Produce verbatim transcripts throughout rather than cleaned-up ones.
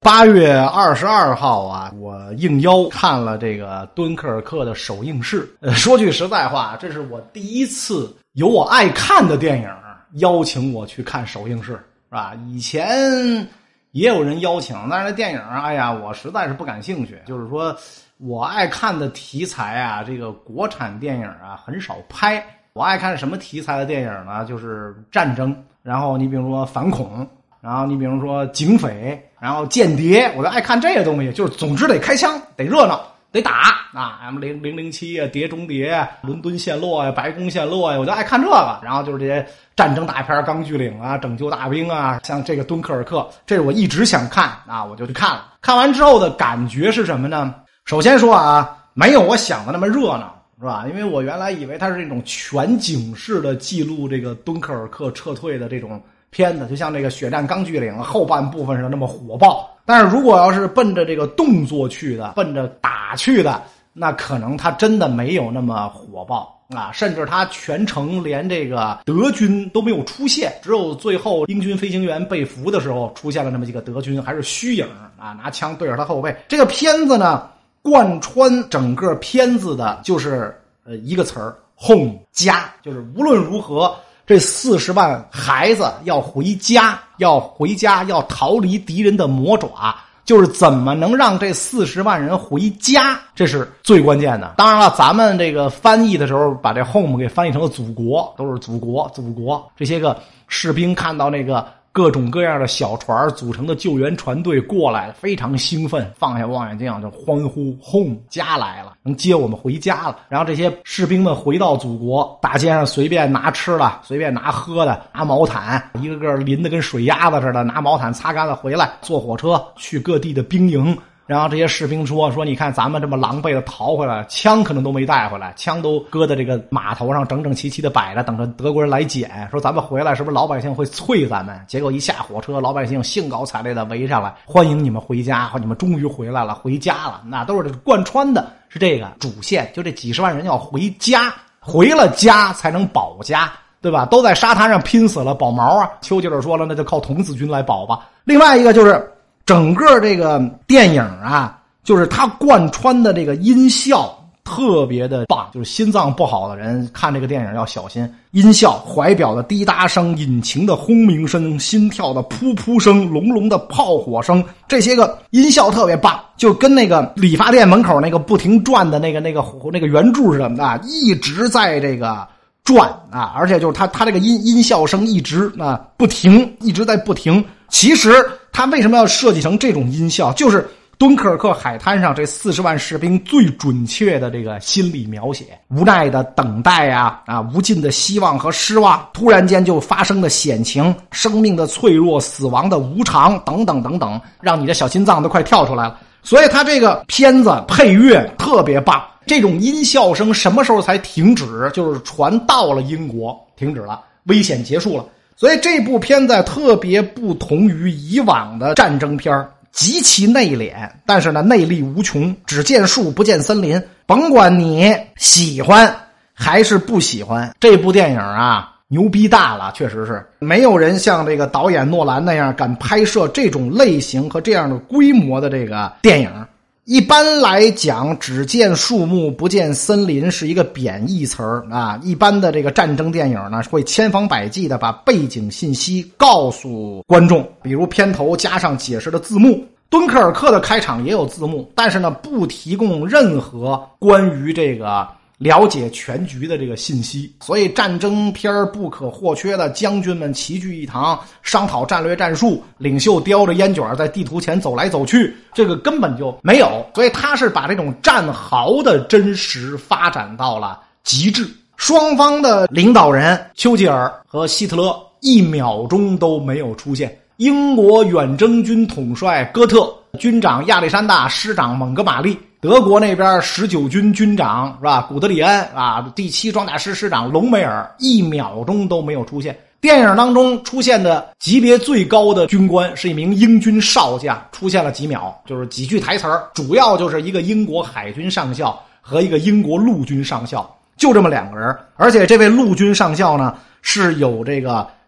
八月二十二号啊，我应邀看了这个敦刻尔克的首映式。呃，说句实在话，这是我第一次有我爱看的电影邀请我去看首映式，是吧？以前也有人邀请，但是那电影，哎呀，我实在是不感兴趣。就是说我爱看的题材啊，这个国产电影啊很少拍。我爱看什么题材的电影呢？就是战争，然后你比如说反恐，然后你比如说警匪，然后间谍，我就爱看这些东西。就是总之得开枪，得热闹，得打啊 ！M 零零零七啊，碟中谍啊，伦敦陷落啊，白宫陷落啊，我就爱看这个。然后就是这些战争大片，钢锯岭啊，拯救大兵啊，像这个敦刻尔克，这是我一直想看啊，我就去看了。看完之后的感觉是什么呢？首先说啊，没有我想的那么热闹。是吧？因为我原来以为它是这种全景式的记录这个敦刻尔克撤退的这种片子，就像这个血战钢锯岭后半部分似的那么火爆。但是如果要是奔着这个动作去的，奔着打去的，那可能它真的没有那么火爆啊，甚至它全程连这个德军都没有出现，只有最后英军飞行员被俘的时候出现了那么几个德军，还是虚影啊，拿枪对着他后背。这个片子呢，贯穿整个片子的就是呃一个词儿，轰家，就是无论如何这四十万孩子要回家，要回家，要逃离敌人的魔爪，就是怎么能让这四十万人回家，这是最关键的。当然了，咱们这个翻译的时候把这 home 给翻译成了祖国，都是祖国，祖国。这些个士兵看到那个各种各样的小船组成的救援船队过来，非常兴奋，放下望远镜就欢呼，轰，家来了，能接我们回家了。然后这些士兵们回到祖国，大街上随便拿吃的，随便拿喝的，拿毛毯，一个个淋得跟水鸭子似的，拿毛毯擦干了回来，坐火车去各地的兵营。然后这些士兵说说你看咱们这么狼狈的逃回来，枪可能都没带回来，枪都搁在这个码头上整整齐齐的摆着，等着德国人来捡。说咱们回来是不是老百姓会啐咱们？结果一下火车，老百姓兴高采烈的围上来，欢迎你们回家，你们终于回来了，回家了。那都是贯穿的是这个主线，就这几十万人要回家，回了家才能保家，对吧？都在沙滩上拼死了，保毛啊！丘吉尔说了，那就靠童子军来保吧。另外一个就是整个这个电影啊，就是它贯穿的这个音效特别的棒，就是心脏不好的人看这个电影要小心。音效，怀表的滴答声，引擎的轰鸣声，心跳的噗噗声，隆隆的炮火声，这些个音效特别棒，就跟那个理发店门口那个不停转的那个那个那个圆柱似的啊，一直在这个转啊，而且就是它它这个音音效声一直啊不停，一直在不停。其实它为什么要设计成这种音效，就是敦刻尔克海滩上这四十万士兵最准确的这个心理描写，无奈的等待啊啊，无尽的希望和失望，突然间就发生的险情，生命的脆弱，死亡的无常，等等等等，让你的小心脏都快跳出来了。所以它这个片子配乐特别棒。这种音效声什么时候才停止？就是船到了英国停止了，危险结束了。所以这部片子特别不同于以往的战争片，极其内敛，但是呢内力无穷，只见树不见森林。甭管你喜欢还是不喜欢，这部电影啊牛逼大了，确实是没有人像这个导演诺兰那样敢拍摄这种类型和这样的规模的这个电影。一般来讲，只见树木不见森林是一个贬义词儿啊。一般的这个战争电影呢，会千方百计的把背景信息告诉观众，比如片头加上解释的字幕。敦刻尔克的开场也有字幕，但是呢，不提供任何关于这个了解全局的这个信息。所以战争片不可或缺的将军们齐聚一堂，商讨战略战术，领袖叼着烟卷在地图前走来走去，这个根本就没有。所以他是把这种战壕的真实发展到了极致。双方的领导人丘吉尔和希特勒一秒钟都没有出现。英国远征军统帅哥特，军长亚历山大，师长蒙哥马利，德国那边十九军军长是吧，古德里安啊，第七装甲师师长隆美尔，一秒钟都没有出现。电影当中出现的级别最高的军官是一名英军少将，出现了几秒，就是几句台词儿，主要就是一个英国海军上校和一个英国陆军上校，就这么两个人。而且这位陆军上校呢是有这个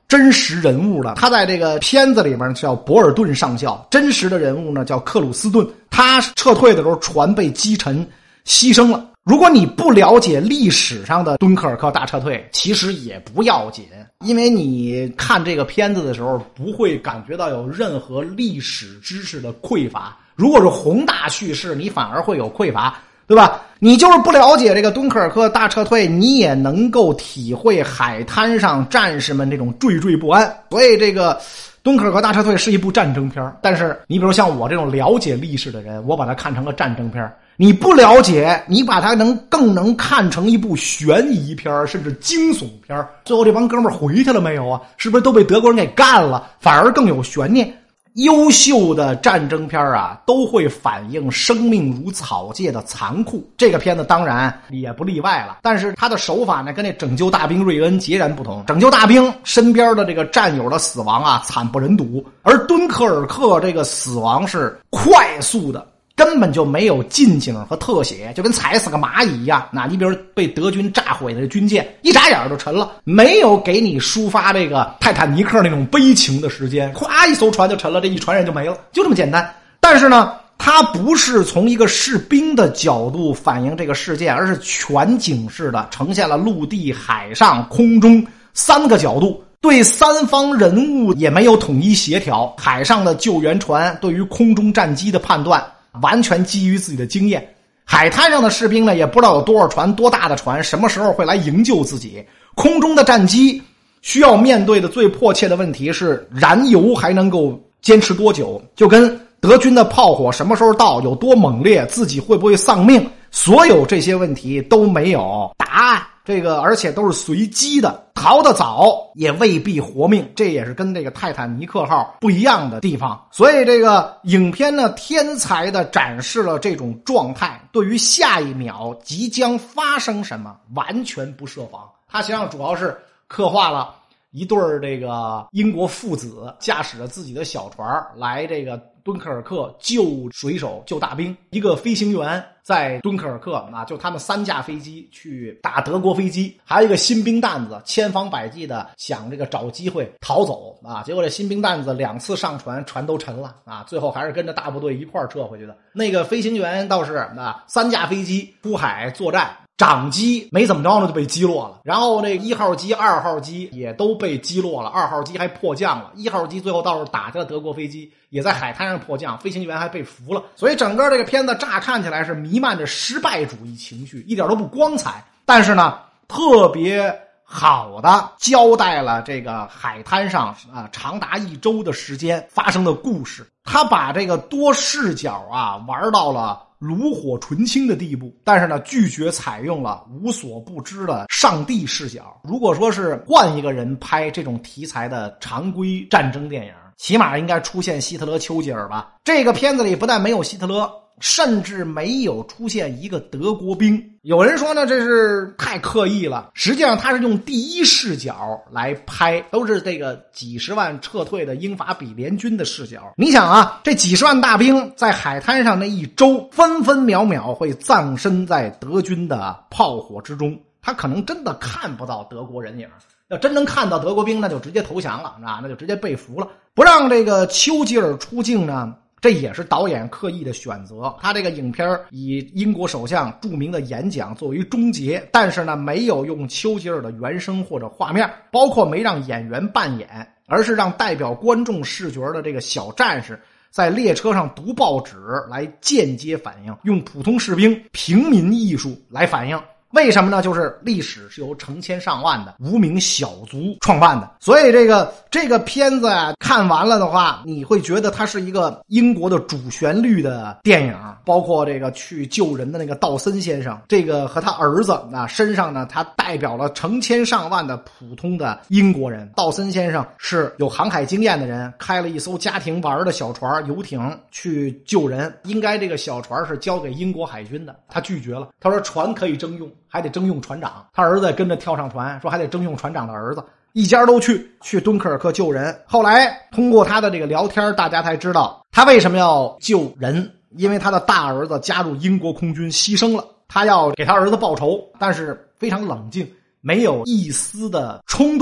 真实人物了。他在这个片子里面叫博尔顿上校，真实的人物呢叫克鲁斯顿。他撤退的时候船被击沉牺牲了。如果你不了解历史上的敦刻尔克大撤退，其实也不要紧，因为你看这个片子的时候不会感觉到有任何历史知识的匮乏。如果是宏大叙事，你反而会有匮乏，对吧？你就是不了解这个敦刻尔克大撤退，你也能够体会海滩上战士们这种惴惴不安。所以这个敦刻尔克大撤退是一部战争片，但是你比如像我这种了解历史的人，我把它看成个战争片。你不了解，你把它能更能看成一部悬疑片，甚至惊悚片。最后这帮哥们儿回去了没有啊？是不是都被德国人给干了？反而更有悬念。优秀的战争片啊，都会反映生命如草芥的残酷。这个片子当然也不例外了，但是他的手法呢，跟那拯救大兵瑞恩截然不同。拯救大兵身边的这个战友的死亡啊，惨不忍睹，而敦刻尔克这个死亡是快速的。根本就没有近景和特写，就跟踩死个蚂蚁一样。那你比如被德军炸毁的军舰，一眨眼就沉了，没有给你抒发这个泰坦尼克那种悲情的时间，咵一艘船就沉了，这一船人就没了，就这么简单。但是呢，它不是从一个士兵的角度反映这个事件，而是全景式的呈现了陆地、海上、空中三个角度。对三方人物也没有统一协调，海上的救援船对于空中战机的判断完全基于自己的经验，海滩上的士兵呢也不知道有多少船，多大的船什么时候会来营救自己。空中的战机需要面对的最迫切的问题是燃油还能够坚持多久，就跟德军的炮火什么时候到，有多猛烈，自己会不会丧命，所有这些问题都没有答案。这个而且都是随机的，逃得早也未必活命，这也是跟这个泰坦尼克号不一样的地方。所以这个影片呢，天才的展示了这种状态，对于下一秒即将发生什么完全不设防。它实际上主要是刻画了一对儿这个英国父子驾驶着自己的小船来这个敦刻尔克救水手救大兵，一个飞行员在敦刻尔克啊，就他们三架飞机去打德国飞机，还有一个新兵蛋子千方百计的想这个找机会逃走啊，结果这新兵蛋子两次上船船都沉了啊，最后还是跟着大部队一块儿撤回去的。那个飞行员倒是啊，三架飞机出海作战，长机没怎么着呢就被击落了，然后那一号机二号机也都被击落了，二号机还迫降了，一号机最后倒是打下了德国飞机，也在海滩上迫降，飞行员还被俘了。所以整个这个片子乍看起来是弥漫着失败主义情绪，一点都不光彩，但是呢特别好的交代了这个海滩上啊长达一周的时间发生的故事。他把这个多视角啊玩到了炉火纯青的地步，但是呢拒绝采用了无所不知的上帝视角。如果说是换一个人拍这种题材的常规战争电影，起码应该出现希特勒丘吉尔吧。这个片子里不但没有希特勒，甚至没有出现一个德国兵。有人说呢这是太刻意了，实际上他是用第一视角来拍，都是这个几十万撤退的英法比联军的视角。你想啊，这几十万大兵在海滩上那一周分分秒秒会葬身在德军的炮火之中，他可能真的看不到德国人影，要真能看到德国兵那就直接投降了啊，那就直接被俘了。不让这个丘吉尔出境呢，这也是导演刻意的选择。他这个影片以英国首相著名的演讲作为终结，但是呢没有用丘吉尔的原声或者画面，包括没让演员扮演，而是让代表观众视觉的这个小战士在列车上读报纸来间接反映，用普通士兵平民艺术来反映。为什么呢？就是历史是由成千上万的无名小卒创办的，所以这个这个片子啊，看完了的话，你会觉得它是一个英国的主旋律的电影，包括这个去救人的那个道森先生，这个和他儿子啊身上呢，他代表了成千上万的普通的英国人。道森先生是有航海经验的人，开了一艘家庭玩的小船游艇去救人，应该这个小船是交给英国海军的，他拒绝了，他说船可以征用，还得征用船长，他儿子跟着跳上船，说还得征用船长的儿子，一家都去去敦刻尔克救人。后来通过他的这个聊天，大家才知道他为什么要救人，因为他的大儿子加入英国空军牺牲了，他要给他儿子报仇，但是非常冷静，没有一丝的冲动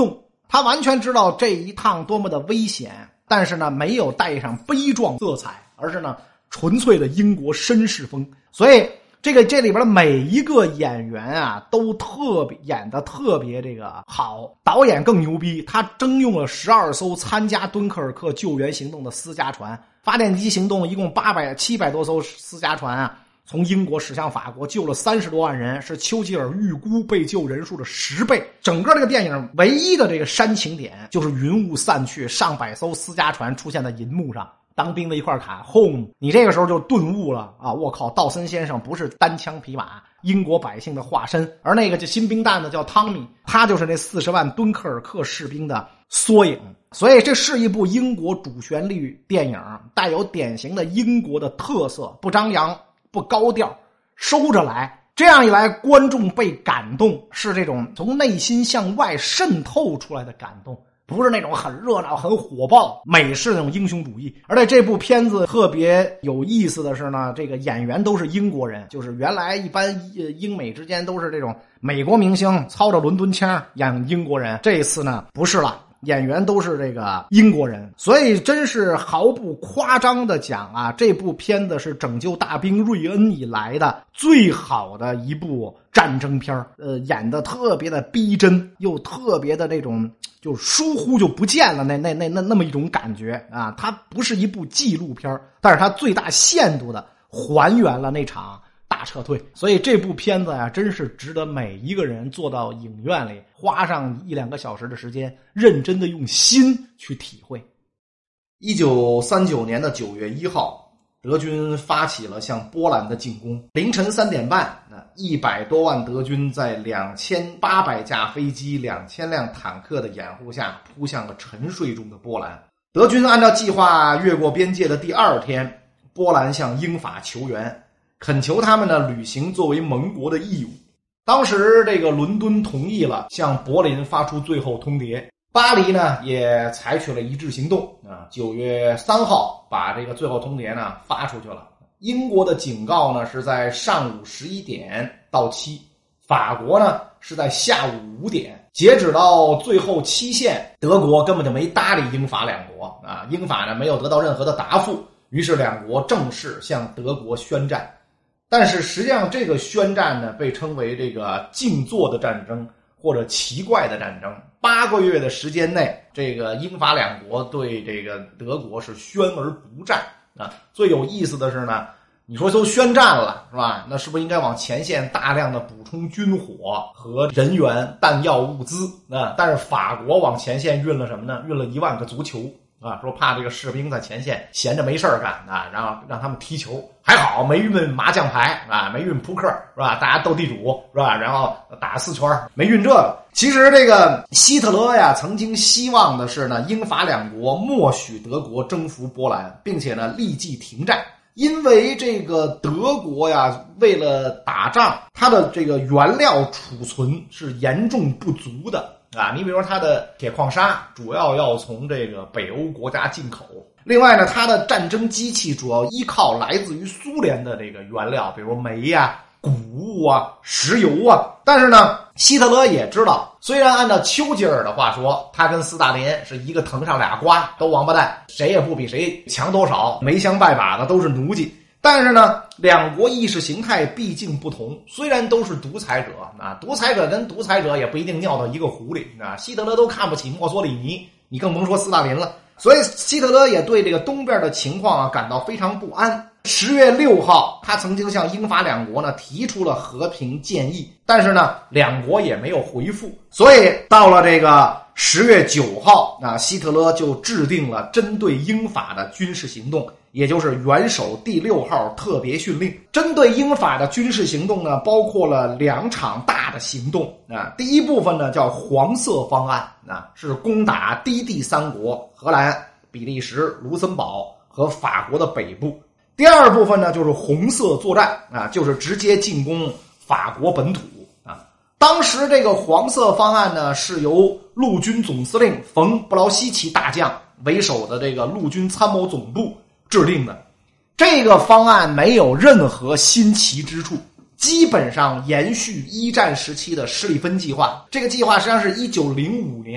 他完全知道这一趟多么的危险，但是呢没有带上悲壮色彩，而是呢纯粹的英国绅士风。所以这个这里边的每一个演员啊都特别演的特别这个好，导演更牛逼，他征用了十二艘参加敦刻尔克救援行动的私家船，发电机行动一共八百七百多艘私家船啊，从英国驶向法国，救了三十多万人，是丘吉尔预估被救人数的十倍。整个这个电影唯一的这个煽情点就是云雾散去，上百艘私家船出现在银幕上，当兵的一块砍轰，你这个时候就顿悟了啊！我靠，道森先生不是单枪匹马英国百姓的化身，而那个就新兵蛋呢叫汤米，他就是那四十万敦刻尔克士兵的缩影。所以这是一部英国主旋律电影，带有典型的英国的特色，不张扬不高调，收着来。这样一来，观众被感动，是这种从内心向外渗透出来的感动，不是那种很热闹很火爆美式那种英雄主义。而且这部片子特别有意思的是呢，这个演员都是英国人，就是原来一般英美之间都是这种美国明星操着伦敦腔演英国人，这一次呢不是了，演员都是这个英国人。所以真是毫不夸张的讲啊，这部片子是拯救大兵瑞恩以来的最好的一部战争片，呃，演的特别的逼真，又特别的这种就疏忽就不见了那那那那那么一种感觉啊。它不是一部纪录片，但是它最大限度的还原了那场大撤退。所以这部片子啊，真是值得每一个人坐到影院里，花上一两个小时的时间，认真的用心去体会。一九三九年的九月一号，德军发起了向波兰的进攻。凌晨三点半，一百多万德军在两千八百架飞机、两千辆坦克的掩护下，扑向了沉睡中的波兰。德军按照计划越过边界的第二天，波兰向英法求援，恳求他们呢履行作为盟国的义务。当时这个伦敦同意了向柏林发出最后通牒，巴黎呢也采取了一致行动啊，九月三号把这个最后通牒呢发出去了。英国的警告呢是在上午十一点到期，法国呢是在下午五点。截止到最后期限，德国根本就没搭理英法两国啊，英法呢没有得到任何的答复，于是两国正式向德国宣战。但是实际上这个宣战呢被称为这个静坐的战争或者奇怪的战争。八个月的时间内，这个英法两国对这个德国是宣而不战啊。最有意思的是呢，你说都宣战了是吧，那是不是应该往前线大量的补充军火和人员弹药物资啊？但是法国往前线运了什么呢？运了一万个足球啊，说怕这个士兵在前线闲着没事干啊，然后让他们踢球。还好没运麻将牌啊，没运扑克是吧？大家斗地主是吧？然后打四圈，没运这个。其实这个希特勒呀，曾经希望的是呢，英法两国默许德国征服波兰，并且呢立即停战。因为这个德国呀，为了打仗，它的这个原料储存是严重不足的啊。你比如说它的铁矿砂主要要从这个北欧国家进口，另外呢，它的战争机器主要依靠来自于苏联的这个原料，比如煤呀、谷物啊、石油啊。但是呢，希特勒也知道，虽然按照丘吉尔的话说，他跟斯大林是一个藤上俩瓜，都王八蛋，谁也不比谁强多少，没相拜把的都是奴隶。但是呢，两国意识形态毕竟不同，虽然都是独裁者啊，独裁者跟独裁者也不一定尿到一个壶里啊。希特勒都看不起墨索里尼，你更甭说斯大林了。所以希特勒也对这个东边的情况啊感到非常不安。十月六号，他曾经向英法两国呢提出了和平建议，但是呢，两国也没有回复。所以到了这个十月九号啊，希特勒就制定了针对英法的军事行动，也就是元首第六号特别训令。针对英法的军事行动呢，包括了两场大的行动啊。第一部分呢叫黄色方案啊，是攻打低地三国荷兰、比利时、卢森堡和法国的北部。第二部分呢就是红色作战啊，就是直接进攻法国本土啊。当时这个黄色方案呢是由陆军总司令冯布劳希奇大将为首的这个陆军参谋总部制定的。这个方案没有任何新奇之处，基本上延续一战时期的施里芬计划。这个计划实际上是一九零五年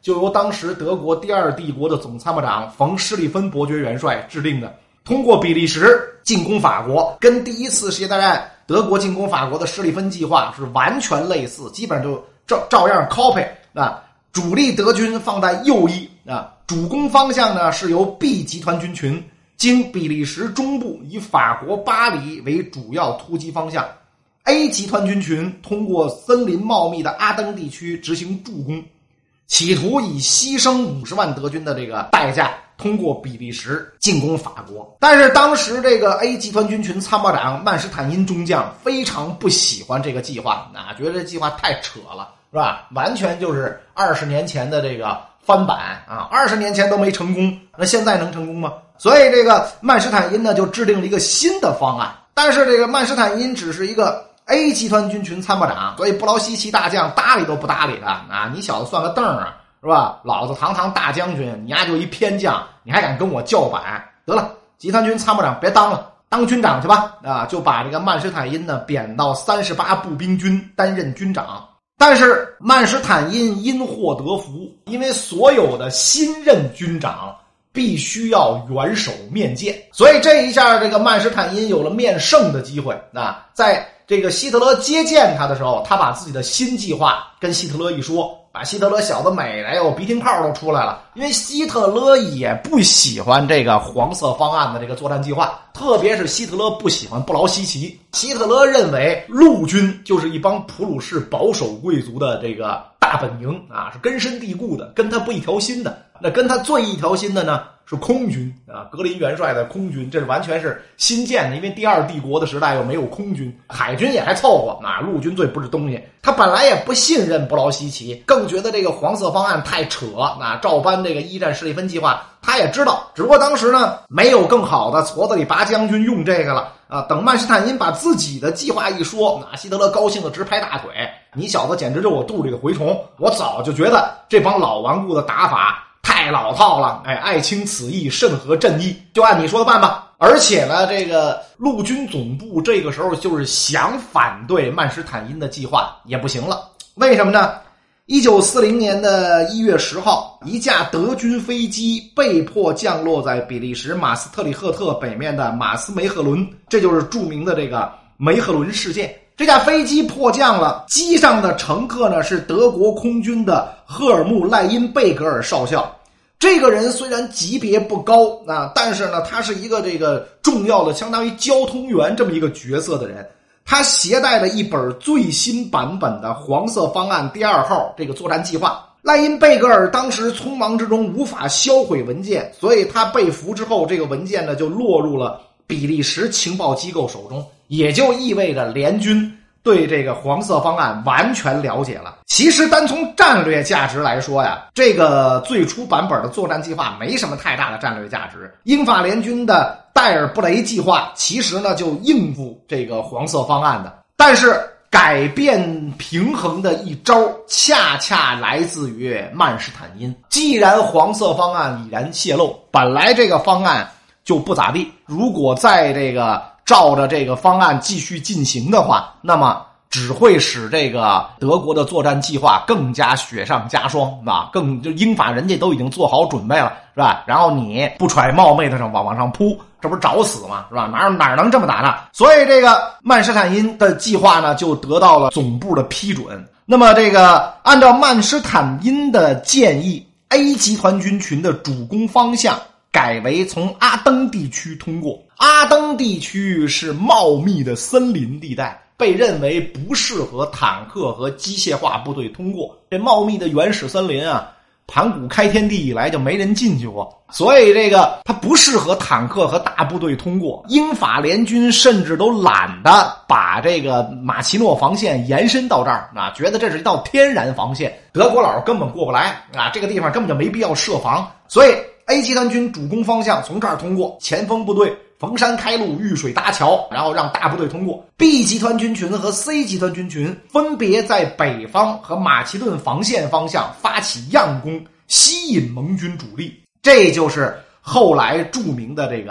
就由当时德国第二帝国的总参谋长冯施里芬伯爵元帅制定的，通过比利时进攻法国，跟第一次世界大战德国进攻法国的施里芬计划是完全类似，基本上就照照样 copy 啊。主力德军放在右翼啊，主攻方向呢是由 B 集团军群经比利时中部以法国巴黎为主要突击方向， A 集团军群通过森林茂密的阿登地区执行助攻，企图以牺牲五十万德军的这个代价通过比利时进攻法国。但是当时这个 A 集团军群参谋长曼施坦因中将非常不喜欢这个计划啊，觉得这计划太扯了，是吧？完全就是二十年前的这个翻版啊，二十年前都没成功，那现在能成功吗？所以这个曼施坦因呢就制定了一个新的方案，但是这个曼施坦因只是一个 A 集团军群参谋长，所以布劳希奇大将搭理都不搭理他啊！你小子算个凳啊，是吧？老子堂堂大将军，你丫就一偏将，你还敢跟我叫板？得了，集团军参谋长别当了，当军长去吧！啊，就把这个曼施坦因呢贬到三十八步兵军担任军长。但是曼施坦因因祸得福，因为所有的新任军长必须要元首面见，所以这一下这个曼施坦因有了面圣的机会啊！在这个希特勒接见他的时候，他把自己的新计划跟希特勒一说，把希特勒小子美的哟，鼻涕泡都出来了。因为希特勒也不喜欢这个黄色方案的这个作战计划，特别是希特勒不喜欢布劳希奇。希特勒认为陆军就是一帮普鲁士保守贵族的这个大本营啊，是根深蒂固的，跟他不一条心的。那跟他最一条心的呢是空军啊，格林元帅的空军，这是完全是新建的，因为第二帝国的时代又没有空军，海军也还凑合啊，陆军最不是东西。他本来也不信任布劳希奇，更觉得这个黄色方案太扯啊，照搬这个一战施里芬计划，他也知道，只不过当时呢没有更好的矬子里拔将军用这个了啊。等曼施坦因把自己的计划一说，那希特勒高兴的直拍大腿，你小子简直就是我肚里的蛔虫，我早就觉得这帮老顽固的打法太老套了，哎，爱卿此意甚合朕意，就按你说的办吧。而且呢，这个陆军总部这个时候就是想反对曼施坦因的计划也不行了，为什么呢？一九四零年的一月十号，一架德军飞机被迫降落在比利时马斯特里赫特北面的马斯梅赫伦，这就是著名的这个梅赫伦事件。这架飞机迫降了，机上的乘客呢是德国空军的赫尔穆赖因贝格尔少校。这个人虽然级别不高啊，但是呢他是一个这个重要的相当于交通员这么一个角色的人。他携带了一本最新版本的黄色方案第二号这个作战计划。赖因贝格尔当时匆忙之中无法销毁文件，所以他被俘之后，这个文件呢就落入了比利时情报机构手中，也就意味着联军对这个黄色方案完全了解了。其实单从战略价值来说呀，这个最初版本的作战计划没什么太大的战略价值。英法联军的戴尔布雷计划其实呢就应付这个黄色方案的，但是改变平衡的一招恰恰来自于曼施坦因。既然黄色方案已然泄露，本来这个方案就不咋地，如果在这个照着这个方案继续进行的话，那么只会使这个德国的作战计划更加雪上加霜啊！更就英法人家都已经做好准备了，是吧？然后你不揣冒昧的上往往上扑，这不是找死吗？是吧？哪哪能这么打呢？所以这个曼施坦因的计划呢，就得到了总部的批准。那么这个按照曼施坦因的建议 ，A 集团军群的主攻方向改为从阿登地区通过。阿登地区是茂密的森林地带，被认为不适合坦克和机械化部队通过。这茂密的原始森林啊，盘古开天地以来就没人进去过，所以这个它不适合坦克和大部队通过。英法联军甚至都懒得把这个马奇诺防线延伸到这儿啊，觉得这是一道天然防线，德国佬根本过不来啊，这个地方根本就没必要设防。所以 A 集团军主攻方向从这儿通过，前锋部队逢山开路，遇水搭桥，然后让大部队通过。 B 集团军群和 C 集团军群分别在北方和马其顿防线方向发起佯攻，吸引盟军主力。这就是后来著名的这个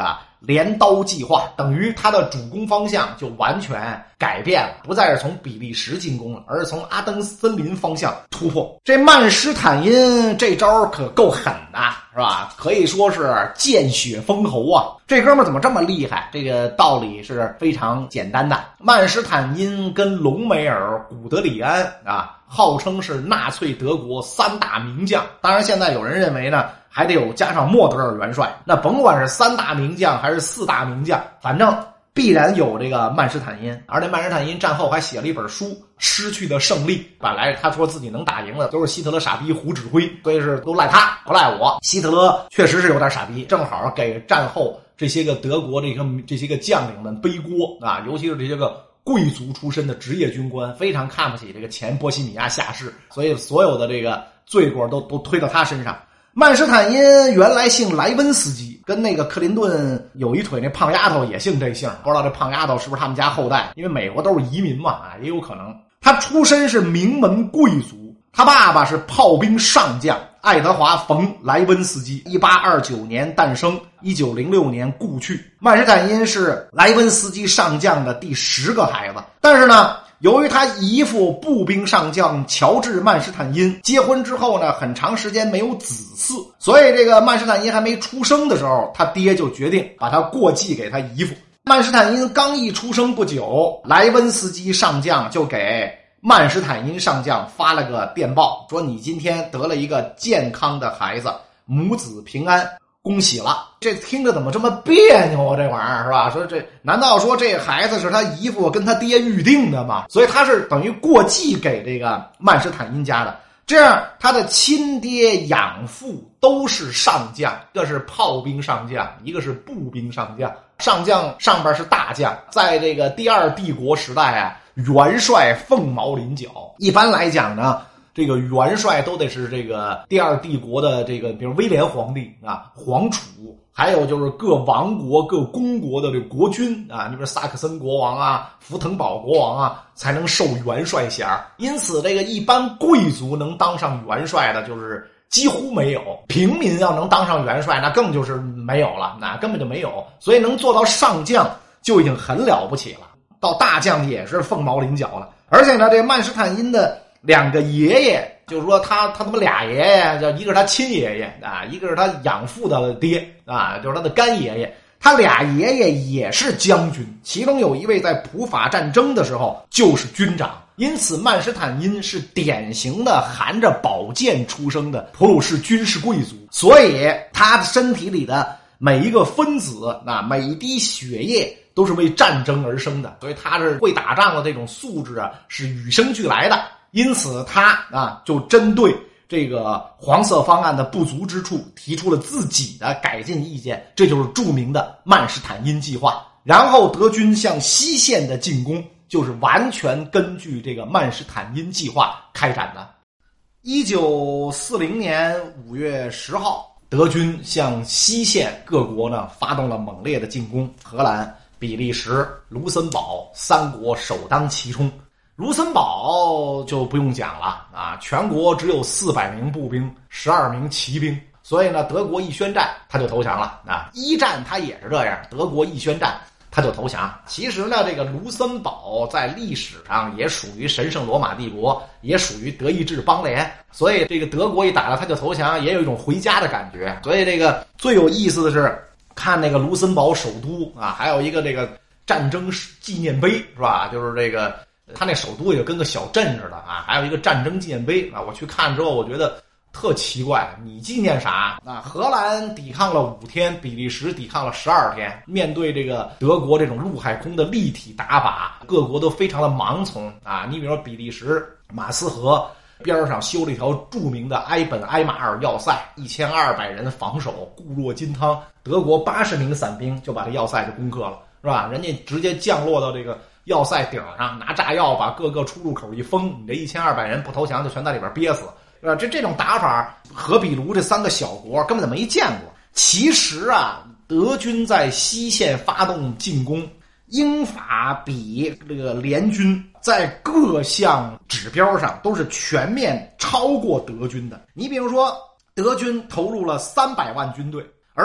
镰刀计划，等于他的主攻方向就完全改变了，不再是从比利时进攻了，而是从阿登森林方向突破。这曼施坦因这招可够狠的，是吧？可以说是见血封喉啊！这哥们怎么这么厉害？这个道理是非常简单的。曼施坦因跟隆美尔、古德里安啊，号称是纳粹德国三大名将。当然，现在有人认为呢，还得有加上莫德尔元帅。那甭管是三大名将还是四大名将，反正必然有这个曼施坦因。而且曼施坦因战后还写了一本书《失去的胜利》，本来他说自己能打赢的都是希特勒傻逼胡指挥，所以是都赖他不赖我。希特勒确实是有点傻逼，正好给战后这些个德国这个这些个将领们背锅啊，尤其是这些个贵族出身的职业军官，非常看不起这个前波西米亚下士，所以所有的这个罪过都都推到他身上。曼施坦因原来姓莱温斯基，跟那个克林顿有一腿那胖丫头也姓这姓，不知道这胖丫头是不是他们家后代，因为美国都是移民嘛，啊，也有可能。他出身是名门贵族，他爸爸是炮兵上将爱德华·冯·莱温斯基，一八二九年诞生，一九零六年故去。曼施坦因是莱温斯基上将的第十个孩子，但是呢，由于他姨父步兵上将乔治·曼施坦因结婚之后呢，很长时间没有子嗣，所以这个曼施坦因还没出生的时候，他爹就决定把他过继给他姨父。曼施坦因刚一出生不久，莱温斯基上将就给曼施坦因上将发了个电报，说你今天得了一个健康的孩子，母子平安，恭喜了。这听着怎么这么别扭啊，这玩意儿是吧？说这难道说这孩子是他姨父跟他爹预定的吗？所以他是等于过继给这个曼施坦因家的，这样他的亲爹养父都是上将，一个是炮兵上将，一个是步兵上将。上将上边是大将，在这个第二帝国时代啊，元帅凤毛麟角。一般来讲呢，这个元帅都得是这个第二帝国的这个，比如威廉皇帝啊、皇储，还有就是各王国、各公国的这个国君啊，你比如萨克森国王啊、福腾堡国王啊，才能受元帅衔。因此，这个一般贵族能当上元帅的，就是几乎没有。平民要能当上元帅，那更就是没有了，那根本就没有。所以能做到上将就已经很了不起了，到大将也是凤毛麟角了。而且呢，这个曼施坦因的两个爷爷，就是说他他他妈俩爷爷，叫一个是他亲爷爷啊，一个是他养父的爹啊，就是他的干爷爷。他俩爷爷也是将军，其中有一位在普法战争的时候就是军长。因此曼施坦因是典型的含着宝剑出生的普鲁士军事贵族，所以他身体里的每一个分子，那每一滴血液都是为战争而生的，所以他是会打仗的这种素质啊，是与生俱来的。因此他啊，就针对这个黄色方案的不足之处，提出了自己的改进意见，这就是著名的曼施坦因计划。然后德军向西线的进攻就是完全根据这个曼施坦因计划开展的。一九四零年五月十号，德军向西线各国呢发动了猛烈的进攻，荷兰、比利时、卢森堡三国首当其冲。卢森堡就不用讲了啊，全国只有四百名步兵，十二名骑兵，所以呢，德国一宣战他就投降了啊。一战他也是这样，德国一宣战他就投降。其实呢，这个卢森堡在历史上也属于神圣罗马帝国，也属于德意志邦联，所以这个德国一打了他就投降，也有一种回家的感觉。所以这个最有意思的是看那个卢森堡首都啊，还有一个这个战争纪念碑是吧？就是这个他那首都也跟个小镇似的啊，还有一个战争纪念碑啊。我去看之后，我觉得特奇怪，你纪念啥？啊，荷兰抵抗了五天，比利时抵抗了十二天。面对这个德国这种陆海空的立体打法，各国都非常的盲从啊。你比如说比利时马斯河边上修了一条著名的埃本埃马尔要塞，一千二百人防守，固若金汤。德国八十名伞兵就把这要塞就攻克了，是吧？人家直接降落到这个要塞顶上，拿炸药把各个出入口一封，你这一千二百人不投降就全在里边憋死，是吧？这这种打法，荷比卢这三个小国根本就没见过。其实啊，德军在西线发动进攻，英法比这个联军在各项指标上都是全面超过德军的。你比如说，德军投入了三百万军队，而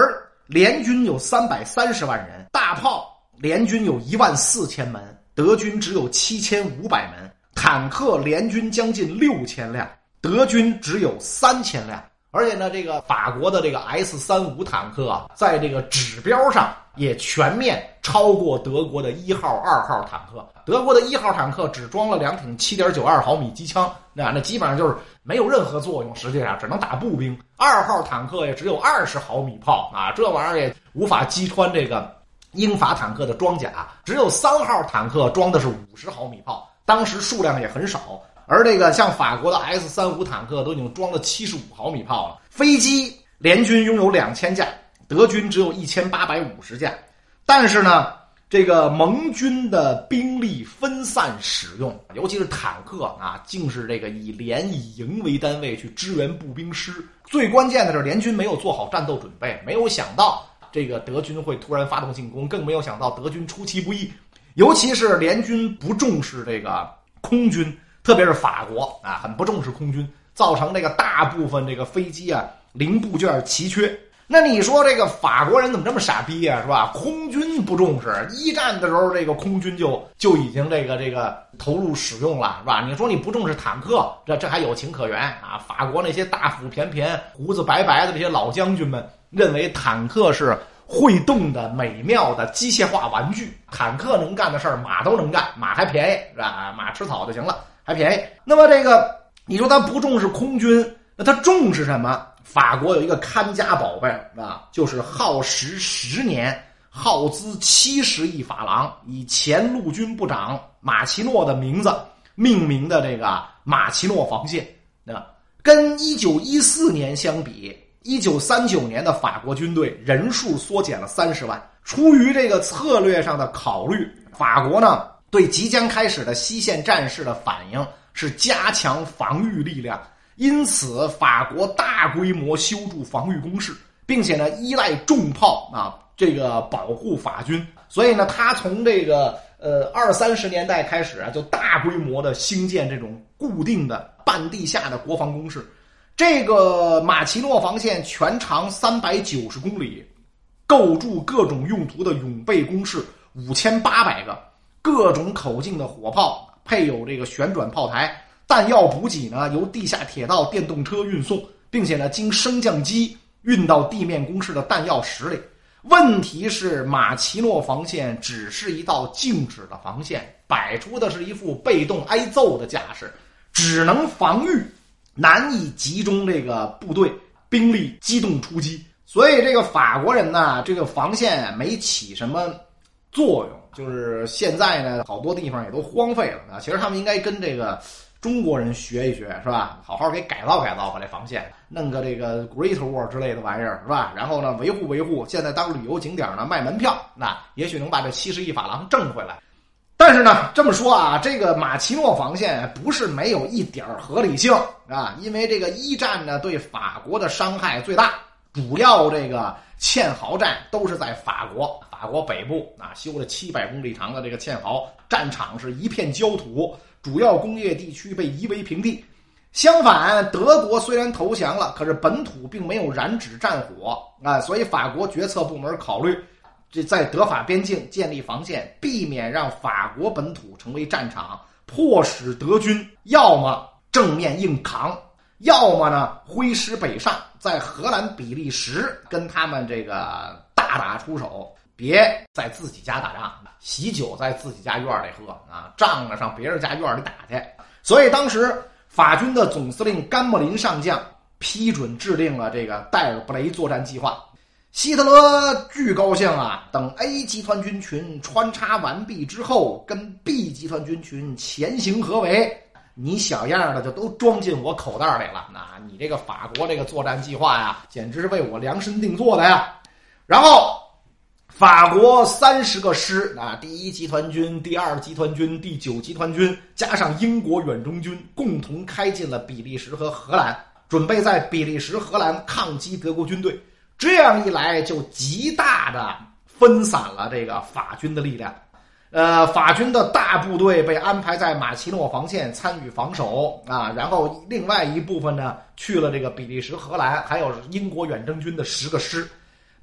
联军有三百三十万人，大炮联军有一万四千门，德军只有七千五百门，坦克联军将近六千辆，德军只有三千辆。而且呢，这个法国的这个 S 三十五 坦克啊，在这个指标上也全面超过德国的一号、二号坦克。德国的一号坦克只装了两挺 七点九二 毫米机枪，那那基本上就是没有任何作用，实际上只能打步兵。二号坦克也只有二十毫米炮啊，这玩意儿也无法击穿这个英法坦克的装甲。只有三号坦克装的是五十毫米炮，当时数量也很少。而这个像法国的 S 三十五 坦克都已经装了七十五毫米炮了。飞机联军拥有两千架，德军只有一千八百五十架。但是呢，这个盟军的兵力分散使用，尤其是坦克啊，竟是这个以连以营为单位去支援步兵师。最关键的是联军没有做好战斗准备，没有想到这个德军会突然发动进攻，更没有想到德军出其不意。尤其是联军不重视这个空军，特别是法国啊，很不重视空军，造成这个大部分这个飞机啊零部件奇缺。那你说这个法国人怎么这么傻逼啊，是吧？空军不重视，一战的时候这个空军就就已经这个这个投入使用了，是吧？你说你不重视坦克，这这还有情可原啊。法国那些大腹便便、胡子白白的这些老将军们认为坦克是会动的美妙的机械化玩具，坦克能干的事儿马都能干，马还便宜，是吧？马吃草就行了，还便宜。那么这个你说他不重视空军，那他重视什么？法国有一个看家宝贝啊，就是耗时十年、耗资七十亿法郎，以前陆军部长马奇诺的名字命名的这个马奇诺防线。啊，跟一九一四年相比，一九三九年的法国军队人数缩减了三十万。出于这个策略上的考虑，法国呢对即将开始的西线战事的反应是加强防御力量。因此法国大规模修筑防御工事，并且呢依赖重炮啊这个保护法军。所以呢他从这个呃二三十年代开始啊，就大规模的兴建这种固定的半地下的国防工事。这个马奇诺防线全长三百九十公里，构筑各种用途的永备工事五千八百个，各种口径的火炮，配有这个旋转炮台。弹药补给呢由地下铁道、电动车运送，并且呢经升降机运到地面工事的弹药室里。问题是马奇诺防线只是一道静止的防线，摆出的是一副被动挨揍的架势，只能防御，难以集中这个部队兵力机动出击。所以这个法国人呢，这个防线没起什么作用，就是现在呢好多地方也都荒废了啊。其实他们应该跟这个中国人学一学，是吧？好好给改造改造把这防线，弄个这个 Great Wall 之类的玩意儿，是吧？然后呢维护维护，现在当旅游景点呢卖门票，那也许能把这七十亿法郎挣回来。但是呢这么说啊，这个马奇诺防线不是没有一点合理性啊，因为这个一战呢对法国的伤害最大，主要这个堑壕战都是在法国，法国北部啊修了七百公里长的这个堑壕，战场是一片焦土，主要工业地区被夷为平地。相反，德国虽然投降了，可是本土并没有染指战火啊，所以法国决策部门考虑，这在德法边境建立防线，避免让法国本土成为战场，迫使德军要么正面硬扛，要么呢挥师北上，在荷兰、比利时跟他们这个大打出手，别在自己家打仗，喜酒在自己家院里喝啊，仗呢上别人家院里打去。所以当时法军的总司令甘莫林上将批准制定了这个戴尔布雷作战计划。希特勒巨高兴啊，等 A 集团军群穿插完毕之后，跟 B 集团军群前行合围，你小样的就都装进我口袋里了。那你这个法国这个作战计划呀，简直是为我量身定做的呀。然后法国三十个师啊，第一集团军、第二集团军、第九集团军，加上英国远征军，共同开进了比利时和荷兰，准备在比利时、荷兰抗击德国军队。这样一来，就极大的分散了这个法军的力量。呃，法军的大部队被安排在马奇诺防线参与防守啊，然后另外一部分呢去了这个比利时、荷兰，还有英国远征军的十个师。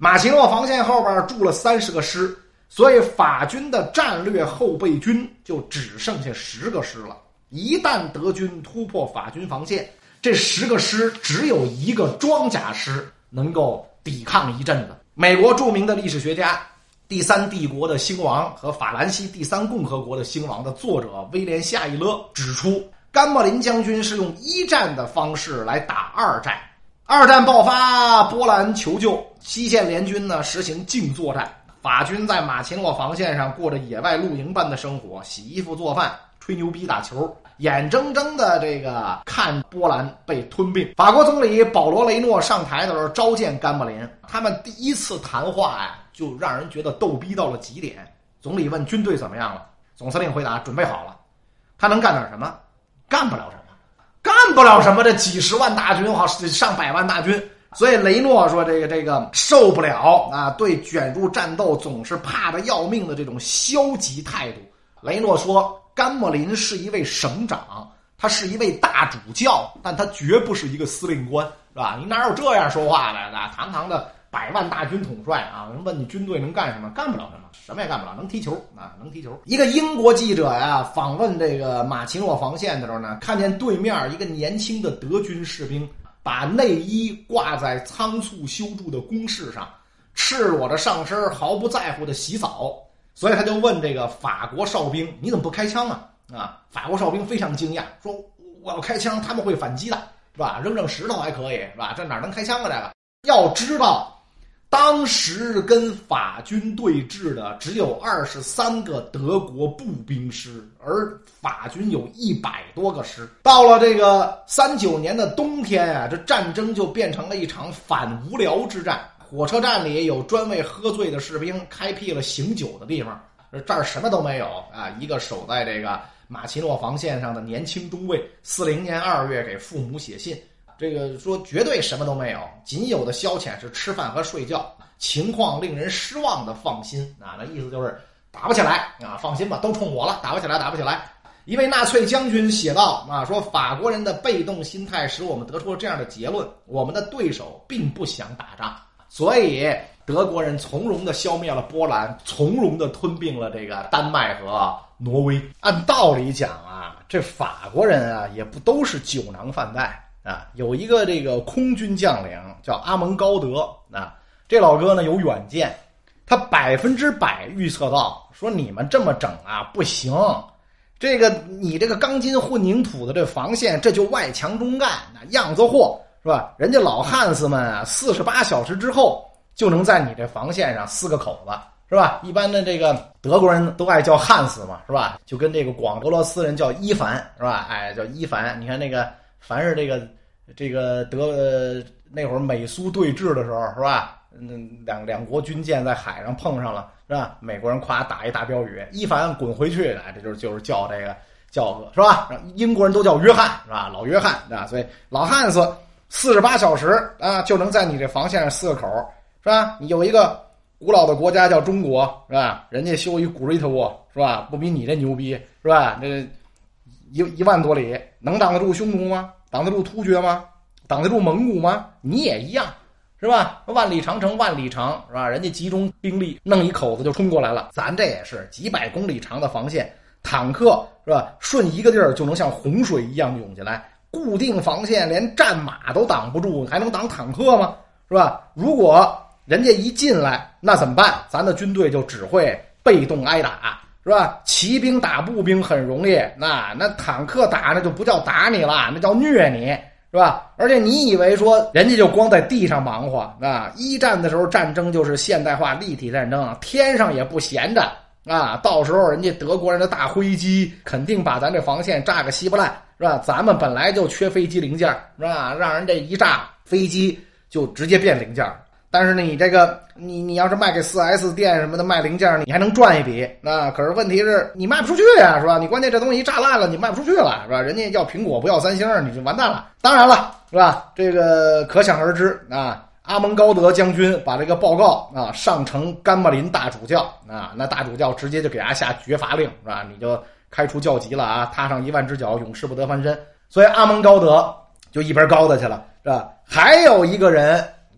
马奇诺防线后边驻了三十个师，所以法军的战略后备军就只剩下十个师了。一旦德军突破法军防线，这十个师只有一个装甲师能够抵抗一阵子。美国著名的历史学家、第三帝国的兴亡和法兰西第三共和国的兴亡的作者威廉·夏伊勒指出，甘莫林将军是用一战的方式来打二战。二战爆发，波兰求救，西线联军呢实行静作战，法军在马奇诺防线上过着野外露营般的生活，洗衣服、做饭、吹牛逼、打球，眼睁睁的这个看波兰被吞并。法国总理保罗·雷诺上台的时候召见甘莫林，他们第一次谈话呀，就让人觉得逗逼到了极点。总理问军队怎么样了，总司令回答准备好了。他能干点什么？干不了什么。干不了什么，这几十万大军好上百万大军，所以雷诺说这个这个受不了啊，对卷入战斗总是怕得要命的这种消极态度。雷诺说，甘莫林是一位省长，他是一位大主教，但他绝不是一个司令官，是吧？你哪有这样说话的啊？堂堂的百万大军统帅啊，人问你军队能干什么？干不了什么，什么也干不了，能踢球啊，能踢球。一个英国记者呀、啊，访问这个马奇诺防线的时候呢，看见对面一个年轻的德军士兵把内衣挂在仓促修筑的工事上，赤裸着上身，毫不在乎的洗澡。所以他就问这个法国哨兵：“你怎么不开枪啊？”啊，法国哨兵非常惊讶，说：“我要开枪，他们会反击的，是吧？扔扔石头还可以，是吧？这哪能开枪啊？这个要知道。”当时跟法军对峙的只有二十三个德国步兵师，而法军有一百多个师。到了这个三九年的冬天啊，这战争就变成了一场反无聊之战。火车站里有专为喝醉的士兵开辟了醒酒的地方，这儿什么都没有啊！一个守在这个马奇诺防线上的年轻中尉，四零年二月给父母写信。这个说绝对什么都没有，仅有的消遣是吃饭和睡觉，情况令人失望的放心啊，那意思就是打不起来啊，放心吧，都冲我了，打不起来，打不起来。一位纳粹将军写道啊，说法国人的被动心态使我们得出了这样的结论：我们的对手并不想打仗，所以德国人从容地消灭了波兰，从容地吞并了这个丹麦和挪威。按道理讲啊，这法国人啊也不都是酒囊饭袋。啊，有一个这个空军将领叫阿蒙高德啊，这老哥呢有远见，他百分之百预测到说你们这么整啊不行，这个你这个钢筋混凝土的这防线，这就外强中干，那样子货是吧？人家老汉斯们啊，四十八小时之后就能在你这防线上撕个口子，是吧？一般的这个德国人都爱叫汉斯嘛，是吧？就跟这个广俄罗斯人叫伊凡，是吧？哎，叫伊凡。你看那个。凡是这个这个德、呃、那会儿美苏对峙的时候，是吧？嗯，两两国军舰在海上碰上了，是吧？美国人夸打一大标语：“伊凡滚回去！”哎，这就是就是叫这个叫是吧？英国人都叫约翰，是吧？老约翰啊，所以老汉斯四十八小时啊就能在你这防线上撕个口，是吧？你有一个古老的国家叫中国，是吧？人家修一古瑞特沃，是吧？不比你这牛逼，是吧？这。一一万多里能挡得住匈奴吗？挡得住突厥吗？挡得住蒙古吗？你也一样，是吧？万里长城万里长，是吧？人家集中兵力弄一口子就冲过来了，咱这也是几百公里长的防线，坦克是吧？顺一个地儿就能像洪水一样涌进来，固定防线连战马都挡不住，还能挡坦克吗？是吧？如果人家一进来，那怎么办？咱的军队就只会被动挨打。是吧？骑兵打步兵很容易，那那坦克打那就不叫打你了，那叫虐你，是吧？而且你以为说人家就光在地上忙活啊？一战的时候战争就是现代化立体战争，天上也不闲着啊！到时候人家德国人的大飞机肯定把咱这防线炸个稀巴烂，是吧？咱们本来就缺飞机零件，是吧？让人这一炸，飞机就直接变零件。但是呢，你这个你你要是卖给 四 S 店什么的卖零件，你还能赚一笔。那可是问题是你卖不出去呀，是吧？你关键这东西一炸烂了，你卖不出去了，是吧？人家要苹果不要三星，你就完蛋了。当然了，是吧？这个可想而知啊。阿蒙高德将军把这个报告啊上呈甘莫林大主教啊，那大主教直接就给他下绝罚令，是吧？你就开除教籍了啊，踏上一万只脚，永世不得翻身。所以阿蒙高德就一边高的去了，是吧？还有一个人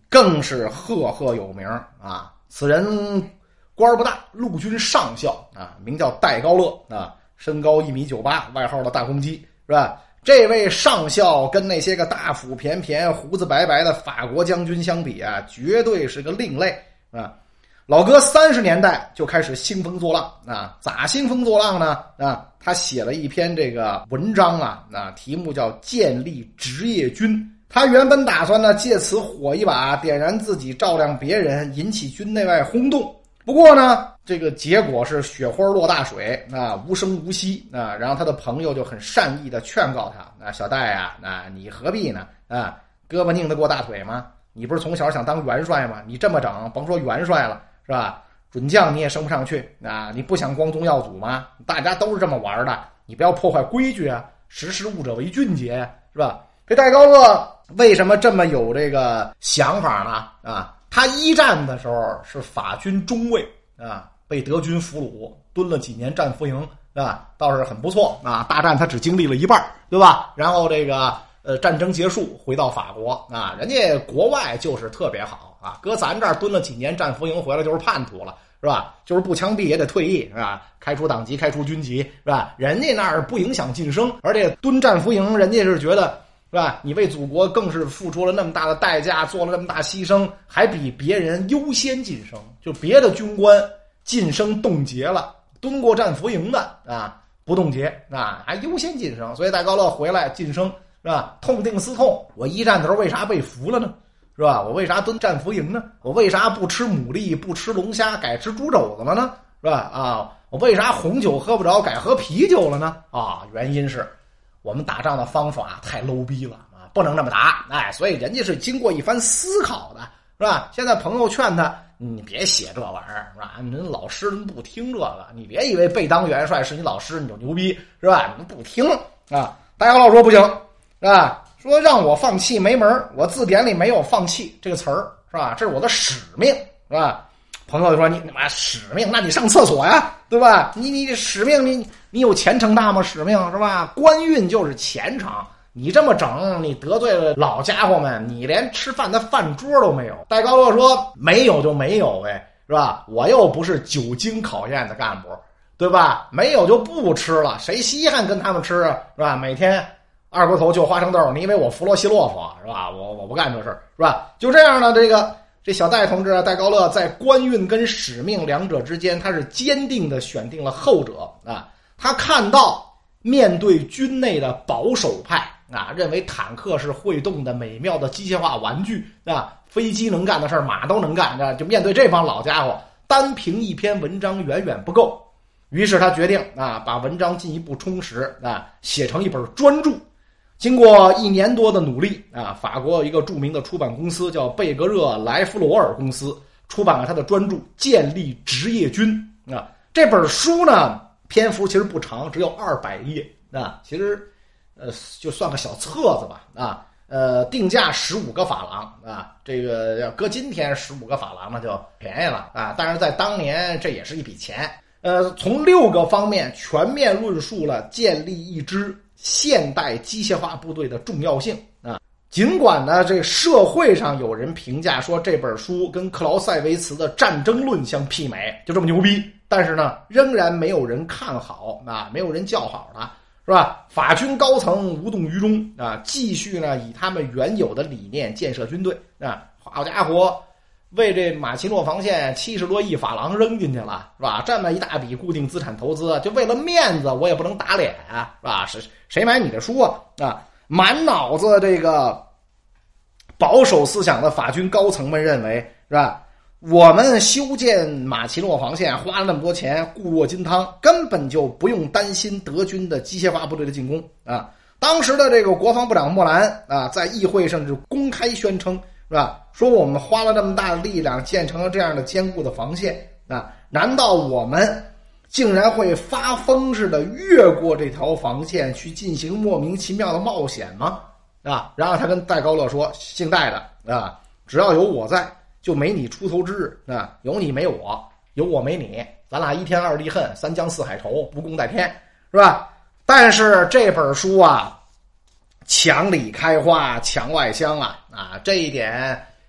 更是赫赫有名啊。此人官不大，陆军上校啊，名叫戴高乐啊，身高一米九八，外号的大公鸡，是吧？这位上校跟那些个大腹便便、胡子白白的法国将军相比啊，绝对是个另类啊。老哥三十年代就开始兴风作浪啊，咋兴风作浪呢？啊，他写了一篇这个文章啊，啊，题目叫《建立职业军》。他原本打算呢借此火一把，点燃自己，照亮别人，引起军内外轰动。不过呢，这个结果是雪花落大水啊，无声无息啊。然后他的朋友就很善意的劝告他啊，小戴啊，啊，你何必呢？啊，胳膊拧得过大腿吗？你不是从小想当元帅吗？你这么整，甭说元帅了，是吧？准将你也升不上去啊！你不想光宗耀祖吗？大家都是这么玩的，你不要破坏规矩啊！识时务者为俊杰，是吧？这戴高乐为什么这么有这个想法呢？啊，他一战的时候是法军中尉啊，被德军俘虏，蹲了几年战俘营啊，倒是很不错啊。大战他只经历了一半，对吧？然后这个呃战争结束，回到法国啊，人家国外就是特别好啊，搁咱这儿蹲了几年战俘营回来就是叛徒了。是吧？就是不枪毙也得退役，是吧？开除党籍，开除军籍，是吧？人家那儿不影响晋升，而且蹲战俘营，人家是觉得，是吧？你为祖国更是付出了那么大的代价，做了那么大牺牲，还比别人优先晋升。就别的军官晋升冻结了，蹲过战俘营的啊不冻结啊，还优先晋升。所以戴高乐回来晋升，是吧？痛定思痛，我一战的时候为啥被俘了呢？是吧？我为啥蹲战俘营呢？我为啥不吃牡蛎，不吃龙虾，改吃猪肘子了呢？是吧？啊，我为啥红酒喝不着，改喝啤酒了呢？啊，原因是我们打仗的方法太 low 逼了啊，不能这么打。哎，所以人家是经过一番思考的，是吧？现在朋友劝他，你别写这玩意儿，是吧？人老师不听这个，你别以为被当元帅是你老师你就牛逼，是吧？你不听啊。戴高乐说不行，是吧？说让我放弃没门，我字典里没有放弃这个词儿，是吧？这是我的使命，是吧？朋友就说你他妈使命，那你上厕所呀，对吧？你你使命，你你有前程大吗？使命是吧？官运就是前程，你这么整，你得罪了老家伙们，你连吃饭的饭桌都没有。戴高乐说没有就没有呗，是吧？我又不是久经考验的干部，对吧？没有就不吃了，谁稀罕跟他们吃啊，是吧？每天二锅头就花生豆，你以为我弗罗西洛夫是吧？我我不干这事是吧？就这样呢，这个这小戴同志啊，戴高乐在官运跟使命两者之间，他是坚定的选定了后者啊。他看到面对军内的保守派啊，认为坦克是会动的美妙的机械化玩具啊，飞机能干的事马都能干啊，就面对这帮老家伙，单凭一篇文章远远不够。于是他决定啊，把文章进一步充实啊，写成一本专著。经过一年多的努力啊，法国有一个著名的出版公司叫贝格热莱夫罗尔公司，出版了他的专著《建立职业军》啊。这本书呢，篇幅其实不长，只有二百页啊，其实呃就算个小册子吧啊。呃，定价十五个法郎啊，这个要搁今天十五个法郎那就便宜了啊，但是在当年这也是一笔钱。呃，从六个方面全面论述了建立一支现代机械化部队的重要性啊。尽管呢，这社会上有人评价说这本书跟克劳塞维茨的《战争论》相媲美，就这么牛逼，但是呢，仍然没有人看好啊，没有人叫好他，是吧？法军高层无动于衷啊，继续呢以他们原有的理念建设军队啊。好家伙，为这马奇诺防线七十多亿法郎扔进去了，是吧？这么一大笔固定资产投资，就为了面子，我也不能打脸啊，是吧？谁谁买你的书啊？啊，满脑子这个保守思想的法军高层们认为，是吧？我们修建马奇诺防线花了那么多钱，固若金汤，根本就不用担心德军的机械化部队的进攻啊！当时的这个国防部长莫兰啊，在议会上就公开宣称，是吧？说我们花了这么大的力量建成了这样的坚固的防线啊，难道我们竟然会发疯似的越过这条防线去进行莫名其妙的冒险吗？啊！然后他跟戴高乐说：“姓戴的啊，只要有我在，就没你出头之日啊！有你没我，有我没你，咱俩一天二地恨，三江四海愁，不共戴天，是吧？”但是这本书啊，墙里开花墙外香啊啊！这一点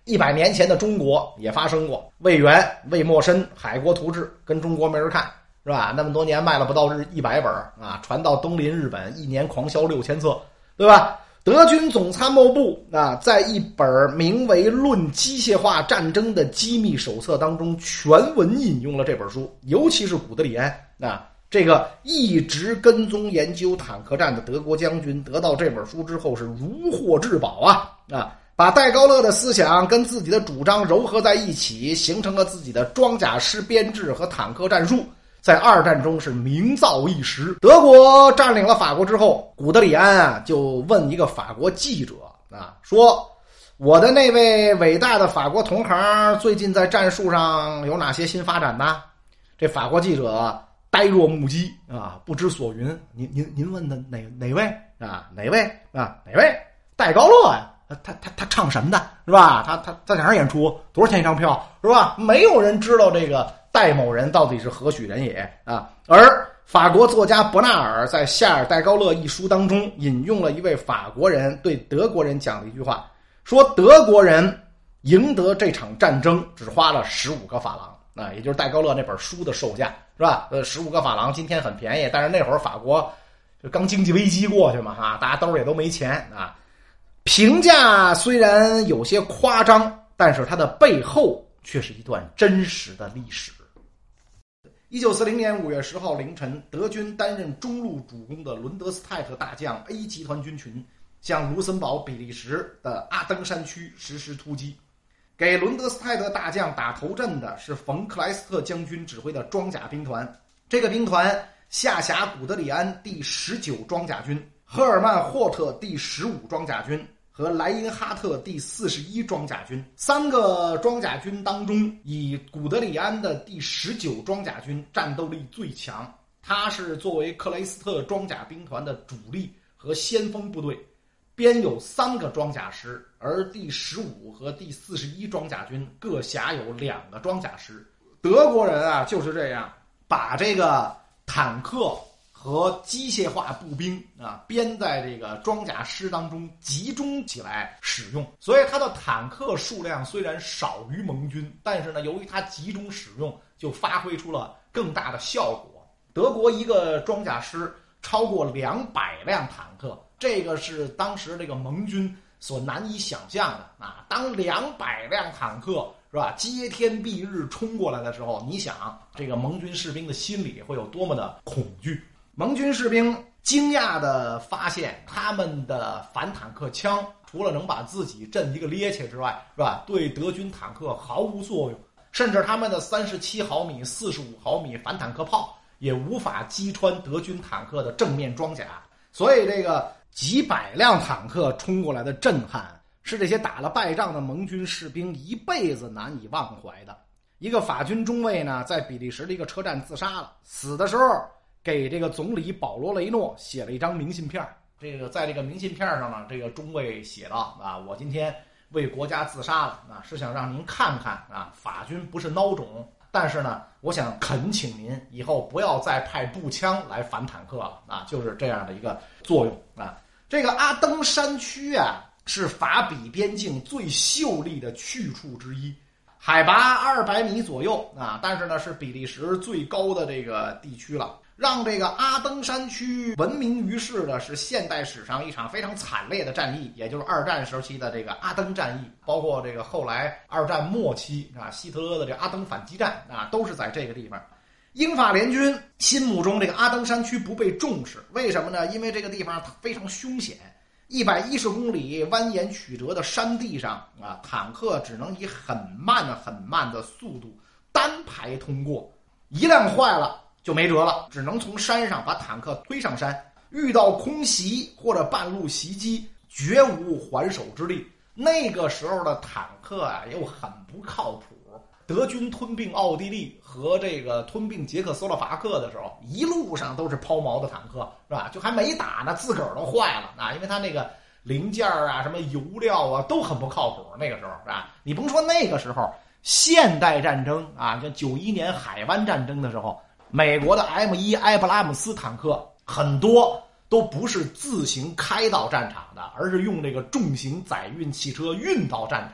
一百年前的中国也发生过，魏源、魏墨申、海国图志跟中国没人看，是吧？那么多年卖了不到日一百本啊，传到东邻日本，一年狂销六千册，对吧？德军总参谋部啊，在一本名为《论机械化战争的机密手册》当中，全文引用了这本书，尤其是古德里安啊，这个一直跟踪研究坦克战的德国将军，得到这本书之后是如获至宝啊啊！把戴高乐的思想跟自己的主张糅合在一起，形成了自己的装甲师编制和坦克战术。在二战中是名噪一时。德国占领了法国之后，古德里安啊就问一个法国记者啊说：“我的那位伟大的法国同行最近在战术上有哪些新发展呢？”这法国记者呆若木鸡啊，不知所云。您您您问的哪哪位啊？哪位啊？哪位？戴高乐呀、啊？他他他唱什么的是吧？他他在哪儿演出？多少钱一张票是吧？没有人知道这个戴某人到底是何许人也啊！而法国作家伯纳尔在《夏尔戴高乐》一书当中引用了一位法国人对德国人讲的一句话，说德国人赢得这场战争只花了十五个法郎啊，也就是戴高乐那本书的售价是吧？呃，十五个法郎今天很便宜，但是那会儿法国就刚经济危机过去嘛哈，大家兜里也都没钱啊。评价虽然有些夸张，但是它的背后却是一段真实的历史。一九四零年五月十号凌晨，德军担任中路主攻的伦德斯泰特大将 A 集团军群向卢森堡比利时的阿登山区实施突击。给伦德斯泰特大将打头阵的是冯克莱斯特将军指挥的装甲兵团，这个兵团下辖古德里安第十九装甲军、赫尔曼霍特第十五装甲军和莱因哈特第四十一装甲军。三个装甲军当中，以古德里安的第十九装甲军战斗力最强，它是作为克雷斯特装甲兵团的主力和先锋部队，编有三个装甲师，而第十五和第四十一装甲军各辖有两个装甲师。德国人啊就是这样把这个坦克和机械化步兵啊编在这个装甲师当中集中起来使用，所以它的坦克数量虽然少于盟军，但是呢，由于它集中使用，就发挥出了更大的效果。德国一个装甲师超过两百辆坦克，这个是当时这个盟军所难以想象的啊！当两百辆坦克是吧接天蔽日冲过来的时候，你想这个盟军士兵的心里会有多么的恐惧？盟军士兵惊讶地发现，他们的反坦克枪除了能把自己震一个趔趄之外，是吧？对德军坦克毫无作用，甚至他们的三十七毫米、四十五毫米反坦克炮也无法击穿德军坦克的正面装甲。所以，这个几百辆坦克冲过来的震撼，是这些打了败仗的盟军士兵一辈子难以忘怀的。一个法军中尉呢，在比利时的一个车站自杀了，死的时候给这个总理保罗雷诺写了一张明信片。这个在这个明信片上呢，这个中尉写道啊，我今天为国家自杀了啊，是想让您看看啊，法军不是孬种，但是呢，我想恳请您以后不要再派步枪来反坦克了啊，就是这样的一个作用啊。这个阿登山区啊，是法比边境最秀丽的去处之一，海拔二百米左右啊，但是呢是比利时最高的这个地区了。让这个阿登山区闻名于世的是现代史上一场非常惨烈的战役，也就是二战时期的这个阿登战役，包括这个后来二战末期啊，希特勒的这个阿登反击战啊，都是在这个地方。英法联军心目中这个阿登山区不被重视，为什么呢？因为这个地方非常凶险，一百一十公里蜿蜒曲折的山地上啊，坦克只能以很慢很慢的速度单排通过，一辆坏了就没辙了，只能从山上把坦克推上山，遇到空袭或者半路袭击，绝无还手之力。那个时候的坦克啊，又很不靠谱。德军吞并奥地利和这个吞并捷克斯洛伐克的时候，一路上都是抛锚的坦克，是吧？就还没打呢，自个儿都坏了啊！因为他那个零件啊、什么油料啊，都很不靠谱。那个时候是吧？你甭说那个时候，现代战争啊，像九一年海湾战争的时候，美国的 M 一 埃布拉姆斯坦克很多都不是自行开到战场的，而是用这个重型载运汽车运到战场，是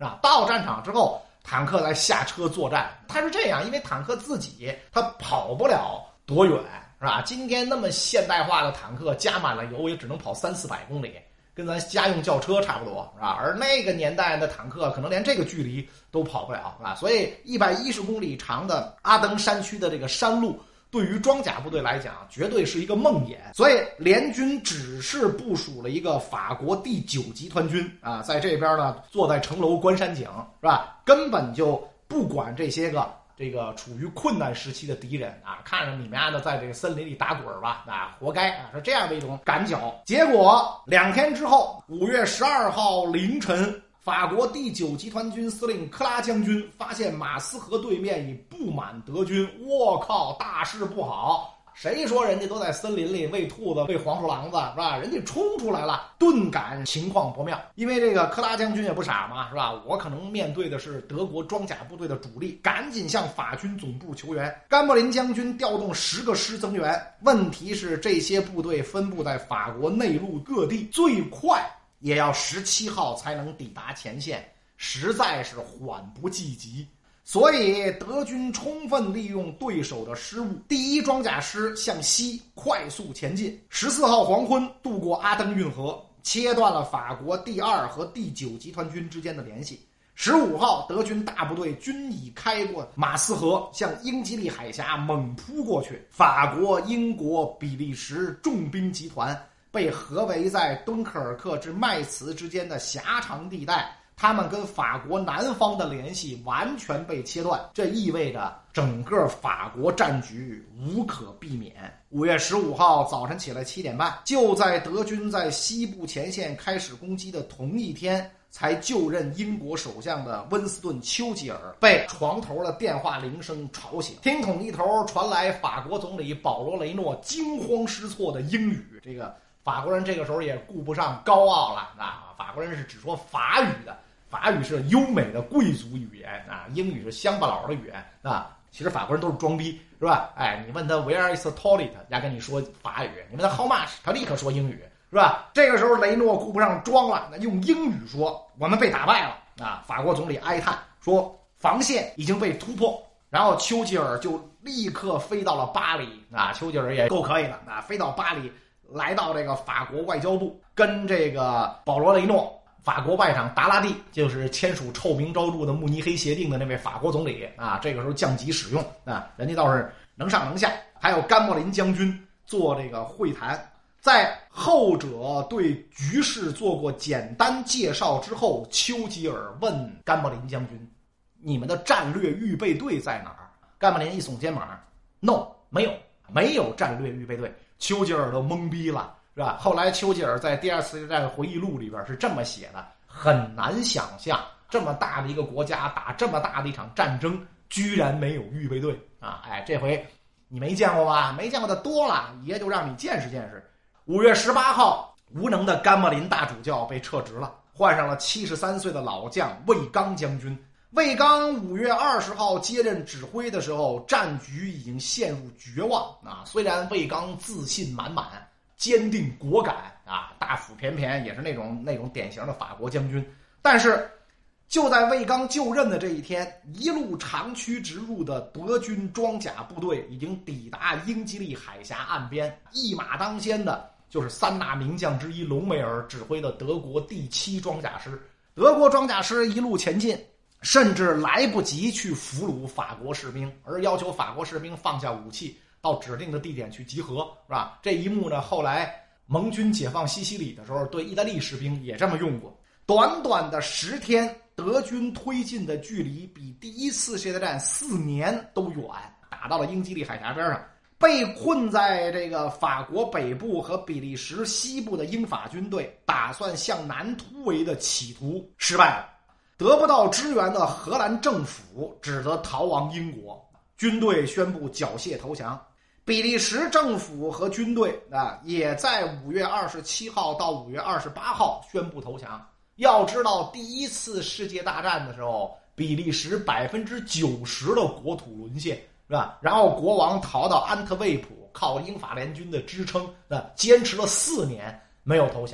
啊。到战场之后，坦克再下车作战。它是这样，因为坦克自己它跑不了多远，是吧？今天那么现代化的坦克，加满了油也只能跑三四百公里，跟咱家用轿车差不多，是吧？而那个年代的坦克可能连这个距离都跑不了，是吧？所以一百一十公里长的阿登山区的这个山路，对于装甲部队来讲，绝对是一个梦魇。所以联军只是部署了一个法国第九集团军啊，在这边呢坐在城楼观山景，是吧？根本就不管这些个这个处于困难时期的敌人啊，看着你们家的在这个森林里打滚吧，啊，活该啊，是这样的一种赶脚。结果两天之后，五月十二号凌晨，法国第九集团军司令克拉将军发现马斯河对面已布满德军，我靠，大事不好！谁说人家都在森林里喂兔子、喂黄鼠狼子，是吧？人家冲出来了，顿感情况不妙。因为这个克拉将军也不傻嘛，是吧？我可能面对的是德国装甲部队的主力，赶紧向法军总部求援。甘柏林将军调动十个师增援，问题是这些部队分布在法国内陆各地，最快也要十七号才能抵达前线，实在是缓不济急。所以德军充分利用对手的失误，第一装甲师向西快速前进。十四号黄昏渡过阿登运河，切断了法国第二和第九集团军之间的联系。十五号德军大部队均已开过马斯河，向英吉利海峡猛扑过去。法国、英国、比利时重兵集团被合围在敦刻尔克至麦茨之间的狭长地带，他们跟法国南方的联系完全被切断，这意味着整个法国战局无可避免。五月十五号早晨起来七点半，就在德军在西部前线开始攻击的同一天，才就任英国首相的温斯顿·丘吉尔被床头的电话铃声吵醒，听筒一头传来法国总理保罗·雷诺惊慌失措的英语。这个法国人这个时候也顾不上高傲了啊，法国人是只说法语的。法语是优美的贵族语言啊，英语是乡巴佬的语言啊。其实法国人都是装逼，是吧？哎，你问他 Where is the toilet， 他跟你说法语；你问他 How much， 他立刻说英语，是吧？这个时候雷诺顾不上装了，那用英语说我们被打败了啊！法国总理哀叹说防线已经被突破，然后丘吉尔就立刻飞到了巴黎啊，丘吉尔也够可以的啊，飞到巴黎，来到这个法国外交部，跟这个保罗雷诺。法国外长达拉蒂就是签署臭名昭著的慕尼黑协定的那位法国总理啊，这个时候降级使用啊，人家倒是能上能下。还有甘柏林将军做这个会谈，在后者对局势做过简单介绍之后，丘吉尔问甘柏林将军：“你们的战略预备队在哪儿？”甘柏林一耸肩膀 ：“No， 没有，没有战略预备队。”丘吉尔都懵逼了。是吧？后来丘吉尔在第二次世界大战回忆录里边是这么写的：很难想象这么大的一个国家打这么大的一场战争，居然没有预备队啊！哎，这回你没见过吧？没见过的多了，爷就让你见识见识。五月十八号，无能的甘柏林大主教被撤职了，换上了七十三岁的老将魏刚将军。魏刚五月二十号接任指挥的时候，战局已经陷入绝望啊！虽然魏刚自信满满。坚定果敢啊，大腹便便，也是那种那种典型的法国将军。但是就在魏刚就任的这一天，一路长驱直入的德军装甲部队已经抵达英吉利海峡岸边，一马当先的就是三大名将之一隆美尔指挥的德国第七装甲师。德国装甲师一路前进，甚至来不及去俘虏法国士兵，而要求法国士兵放下武器，到指定的地点去集合，是吧？这一幕呢，后来盟军解放西西里的时候，对意大利士兵也这么用过。短短的十天，德军推进的距离比第一次世界大战四年都远，打到了英吉利海峡边上。被困在这个法国北部和比利时西部的英法军队，打算向南突围的企图失败了。得不到支援的荷兰政府只得逃亡英国，军队宣布缴械投降。比利时政府和军队啊，也在五月二十七号到五月二十八号宣布投降。要知道，第一次世界大战的时候，比利时百分之九十的国土沦陷，是吧？然后国王逃到安特卫普，靠英法联军的支撑，啊，坚持了四年没有投降。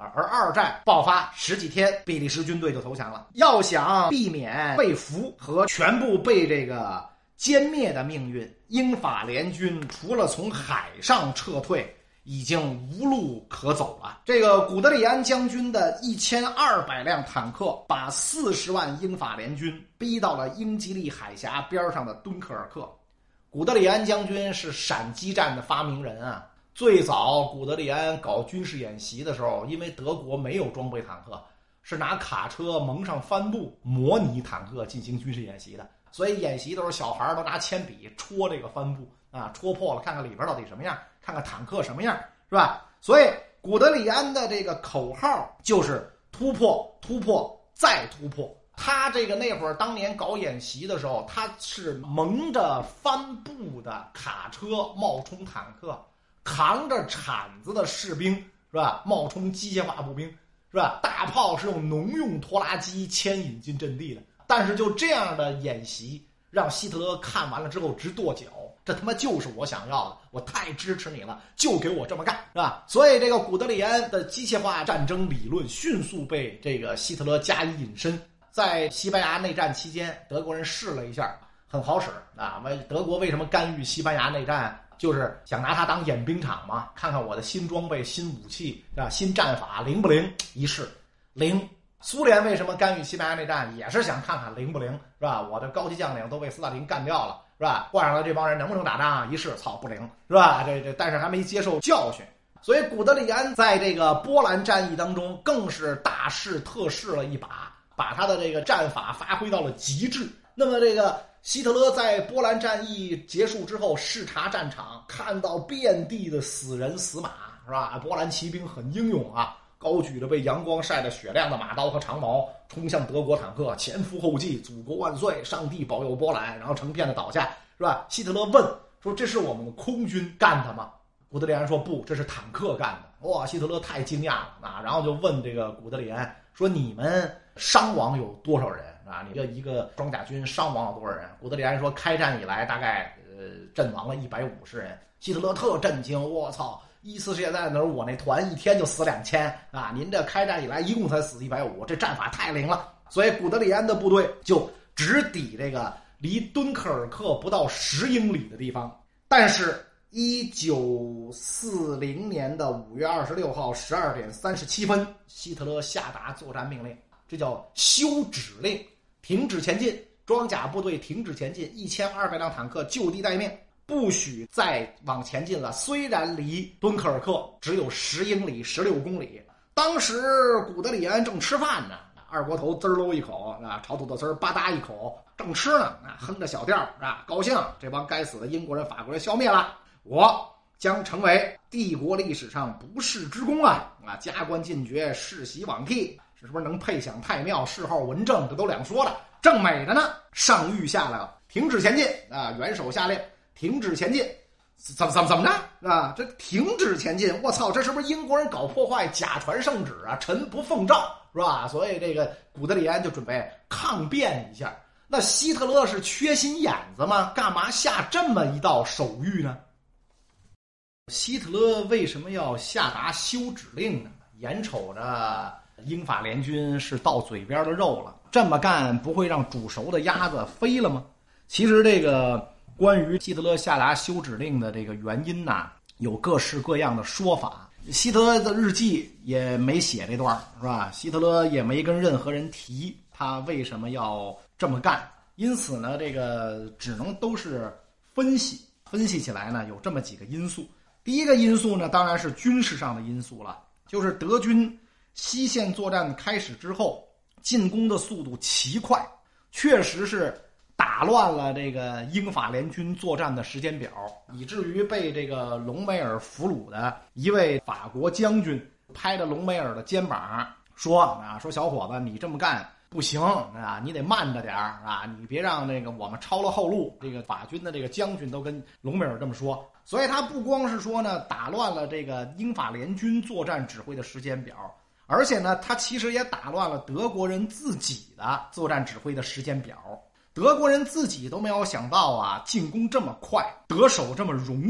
而二战爆发十几天，比利时军队就投降了。要想避免被俘和全部被这个歼灭的命运，英法联军除了从海上撤退，已经无路可走了。这个古德里安将军的一千二百辆坦克把四十万英法联军逼到了英吉利海峡边上的敦刻尔克。古德里安将军是闪击战的发明人啊。最早古德里安搞军事演习的时候，因为德国没有装备坦克，是拿卡车蒙上帆布模拟坦克进行军事演习的，所以演习都是小孩都拿铅笔戳这个帆布啊，戳破了看看里边到底什么样，看看坦克什么样，是吧？所以古德里安的这个口号就是突破突破再突破。他这个那会儿当年搞演习的时候，他是蒙着帆布的卡车冒充坦克，扛着铲子的士兵，是吧？冒充机械化步兵，是吧？大炮是用农用拖拉机牵引进阵地的。但是就这样的演习，让希特勒看完了之后直跺脚，这他妈就是我想要的，我太支持你了，就给我这么干，是吧？所以这个古德里安的机械化战争理论迅速被这个希特勒加以引申。在西班牙内战期间，德国人试了一下，很好使啊！德国为什么干预西班牙内战？就是想拿它当演兵场嘛，看看我的新装备、新武器，是吧？新战法灵不灵？一试，灵。苏联为什么干预西班牙内战？也是想看看灵不灵，是吧？我的高级将领都被斯大林干掉了，是吧？换上了这帮人能不能打仗？一试，操，不灵，是吧？这这，但是还没接受教训。所以古德里安在这个波兰战役当中，更是大试特试了一把，把他的这个战法发挥到了极致。那么这个希特勒在波兰战役结束之后视察战场，看到遍地的死人死马，是吧？波兰骑兵很英勇啊，高举着被阳光晒得雪亮的马刀和长矛，冲向德国坦克，前赴后继，祖国万岁，上帝保佑波兰，然后成片的倒下，是吧？希特勒问说：“这是我们的空军干的吗？”古德里安说：“不，这是坦克干的。”哇，希特勒太惊讶了啊！然后就问这个古德里安说：“你们伤亡有多少人？”啊，你这一个装甲军伤亡了多少人？古德里安说，开战以来大概呃阵亡了一百五十人。希特勒特震惊，我操！一次世界大战的时候，我那团一天就死两千啊！您这开战以来一共才死一百五，这战法太灵了。所以古德里安的部队就直抵这个离敦刻尔克不到十英里的地方。但是，一九四零年的五月二十六号十二点三十七分，希特勒下达作战命令，这叫休指令。停止前进，装甲部队停止前进，一千二百辆坦克就地待命，不许再往前进了。虽然离敦刻尔克只有十英里、十六公里，当时古德里安正吃饭呢，二锅头滋喽一口啊，炒土豆丝吧嗒一口，正吃呢啊，哼着小调啊，高兴，这帮该死的英国人、法国人消灭了，我将成为帝国历史上不世之功啊！啊，加官进爵，世袭罔替。是不是能配享太庙、谥号文正，这都两说了。正美的呢，上谕下来了，停止前进啊！元首下令停止前进，怎么怎么怎么着啊？这停止前进，我操，这是不是英国人搞破坏、假传圣旨啊？臣不奉诏，是吧？所以这个古德里安就准备抗辩一下。那希特勒是缺心眼子吗？干嘛下这么一道手谕呢？希特勒为什么要下达休指令呢？眼瞅着英法联军是到嘴边的肉了，这么干不会让煮熟的鸭子飞了吗？其实这个关于希特勒下达休指令的这个原因呐，有各式各样的说法。希特勒的日记也没写这段，是吧？希特勒也没跟任何人提他为什么要这么干，因此呢，这个只能都是分析。分析起来呢，有这么几个因素。第一个因素呢，当然是军事上的因素了，就是德军西线作战开始之后，进攻的速度奇快，确实是打乱了这个英法联军作战的时间表，以至于被这个隆美尔俘虏的一位法国将军拍着隆美尔的肩膀说啊，说小伙子，你这么干不行啊，你得慢着点啊，你别让那个我们抄了后路。这个法军的这个将军都跟隆美尔这么说，所以他不光是说呢打乱了这个英法联军作战指挥的时间表，而且呢，他其实也打乱了德国人自己的作战指挥的时间表。德国人自己都没有想到啊，进攻这么快，得手这么容易，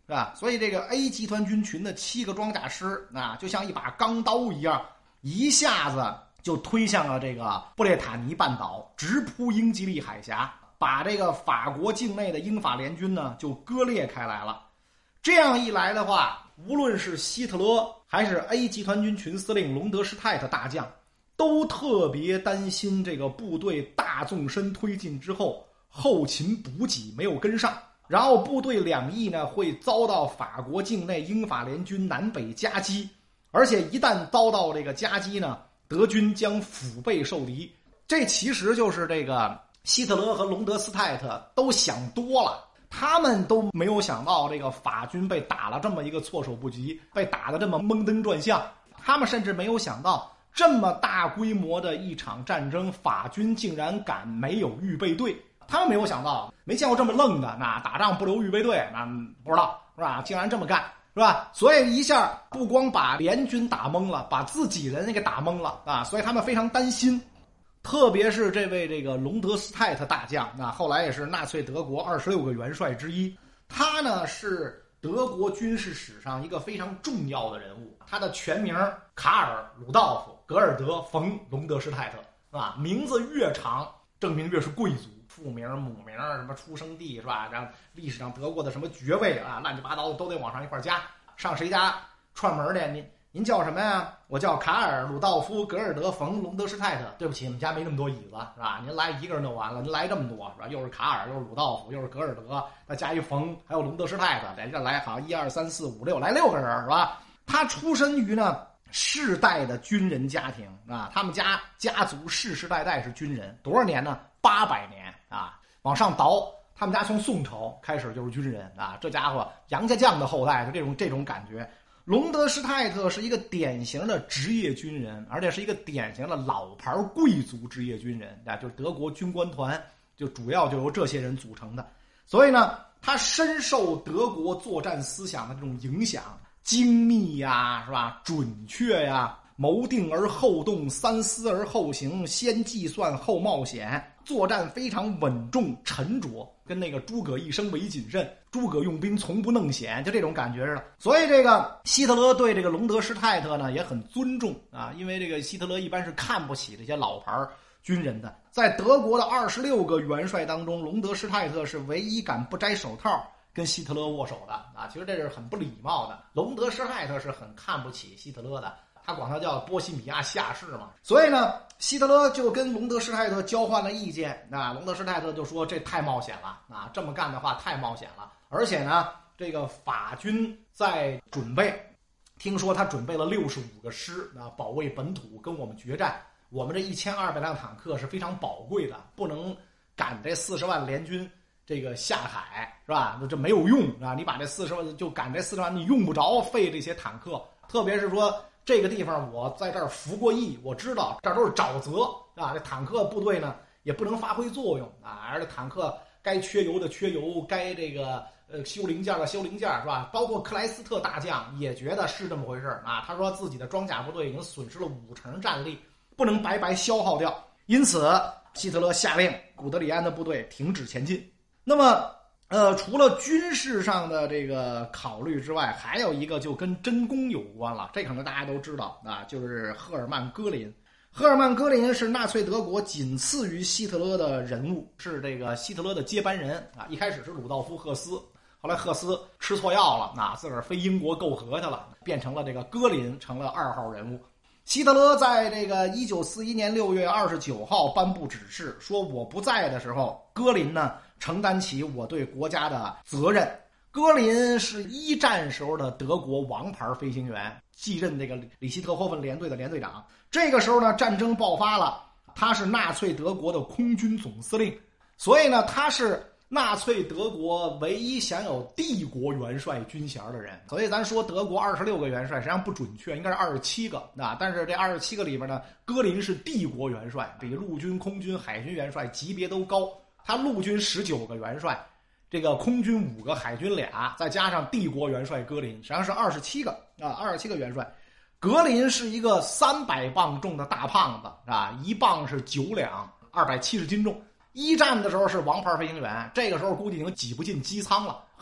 是吧？所以这个 A 集团军群的七个装甲师啊，就像一把钢刀一样，一下子就推向了这个布列塔尼半岛，直扑英吉利海峡，把这个法国境内的英法联军呢就割裂开来了。这样一来的话，无论是希特勒还是 A 集团军群司令隆德施泰特大将，都特别担心这个部队大纵深推进之后，后勤补给没有跟上，然后部队两翼呢会遭到法国境内英法联军南北夹击，而且一旦遭到这个夹击呢，德军将腹背受敌。这其实就是这个希特勒和隆德斯泰特都想多了，他们都没有想到这个法军被打了这么一个措手不及，被打得这么蒙登转向。他们甚至没有想到这么大规模的一场战争，法军竟然敢没有预备队。他们没有想到，没见过这么愣的，那打仗不留预备队，那不知道是吧？竟然这么干，是吧？所以一下不光把联军打懵了，把自己人给打懵了啊！所以他们非常担心。特别是这位这个隆德斯泰特大将，那后来也是纳粹德国二十六个元帅之一，他呢是德国军事史上一个非常重要的人物。他的全名卡尔·鲁道夫·格尔德·冯·隆德施泰特啊，名字越长，证明越是贵族，父名、母名、什么出生地是吧？然后历史上得过的什么爵位啊，乱七八糟的都得往上一块加。上谁家串门去？您您叫什么呀？我叫卡尔·鲁道夫·格尔德·冯·隆德施泰特。对不起，我们家没那么多椅子，是吧？您来一个人就完了，您来这么多，是吧？又是卡尔，又是鲁道夫，又是格尔德，再加一冯，还有隆德施泰特，在这来好一二三四五六，来六个人，是吧？他出身于呢世代的军人家庭啊，他们家家族世世代代是军人，多少年呢？八百年啊，往上倒。他们家从宋朝开始就是军人啊，这家伙杨家将的后代，就这种这种感觉。隆德施泰特是一个典型的职业军人，而且是一个典型的老牌贵族职业军人啊，就是德国军官团就主要就由这些人组成的。所以呢，他深受德国作战思想的这种影响，精密呀，是吧？准确呀，谋定而后动，三思而后行，先计算后冒险，作战非常稳重沉着，跟那个诸葛一生为谨慎，诸葛用兵从不弄险，就这种感觉似的。所以这个希特勒对这个隆德施泰特呢也很尊重啊，因为这个希特勒一般是看不起这些老牌军人的。在德国的二十六个元帅当中，隆德施泰特是唯一敢不摘手套跟希特勒握手的啊，其实这是很不礼貌的。隆德施泰特是很看不起希特勒的，他管他叫波西米亚下士嘛。所以呢，希特勒就跟隆德施泰特交换了意见啊，隆德施泰特就说这太冒险了啊，这么干的话太冒险了，而且呢，这个法军在准备，听说他准备了六十五个师啊，保卫本土跟我们决战。我们这一千二百辆坦克是非常宝贵的，不能赶这四十万联军这个下海，是吧？这没有用啊！你把这四十万就赶这四十万，你用不着费这些坦克。特别是说这个地方我在这儿服过役，我知道这儿都是沼泽啊。这坦克部队呢也不能发挥作用啊，而且坦克该缺油的缺油，该这个呃修零件的修零件，是吧？包括克莱斯特大将也觉得是这么回事啊。他说自己的装甲部队已经损失了五成战力，不能白白消耗掉。因此，希特勒下令古德里安的部队停止前进。那么，呃，除了军事上的这个考虑之外，还有一个就跟真功有关了。这可能大家都知道啊，就是赫尔曼·戈林。赫尔曼·戈林是纳粹德国仅次于希特勒的人物，是这个希特勒的接班人啊。一开始是鲁道夫·赫斯，后来赫斯吃错药了，啊，自个儿飞英国媾和去了，变成了这个戈林，成了二号人物。希特勒在这个一九四一年六月二十九号颁布指示，说我不在的时候，戈林呢承担起我对国家的责任。戈林是一战时候的德国王牌飞行员，继任这个里希特霍芬联队的联队长。这个时候呢，战争爆发了，他是纳粹德国的空军总司令，所以呢，他是纳粹德国唯一享有帝国元帅军衔的人。所以咱说德国二十六个元帅实际上不准确，应该是二十七个啊。但是这二十七个里边呢，戈林是帝国元帅，比陆军、空军、海军元帅级别都高。他陆军十九个元帅，这个空军五个，海军俩，再加上帝国元帅戈林，实际上是二十七个啊，二十七个元帅。格林是一个三百磅重的大胖子啊，一磅是九两，二百七十斤重。一战的时候是王牌飞行员，这个时候估计已经挤不进机舱了，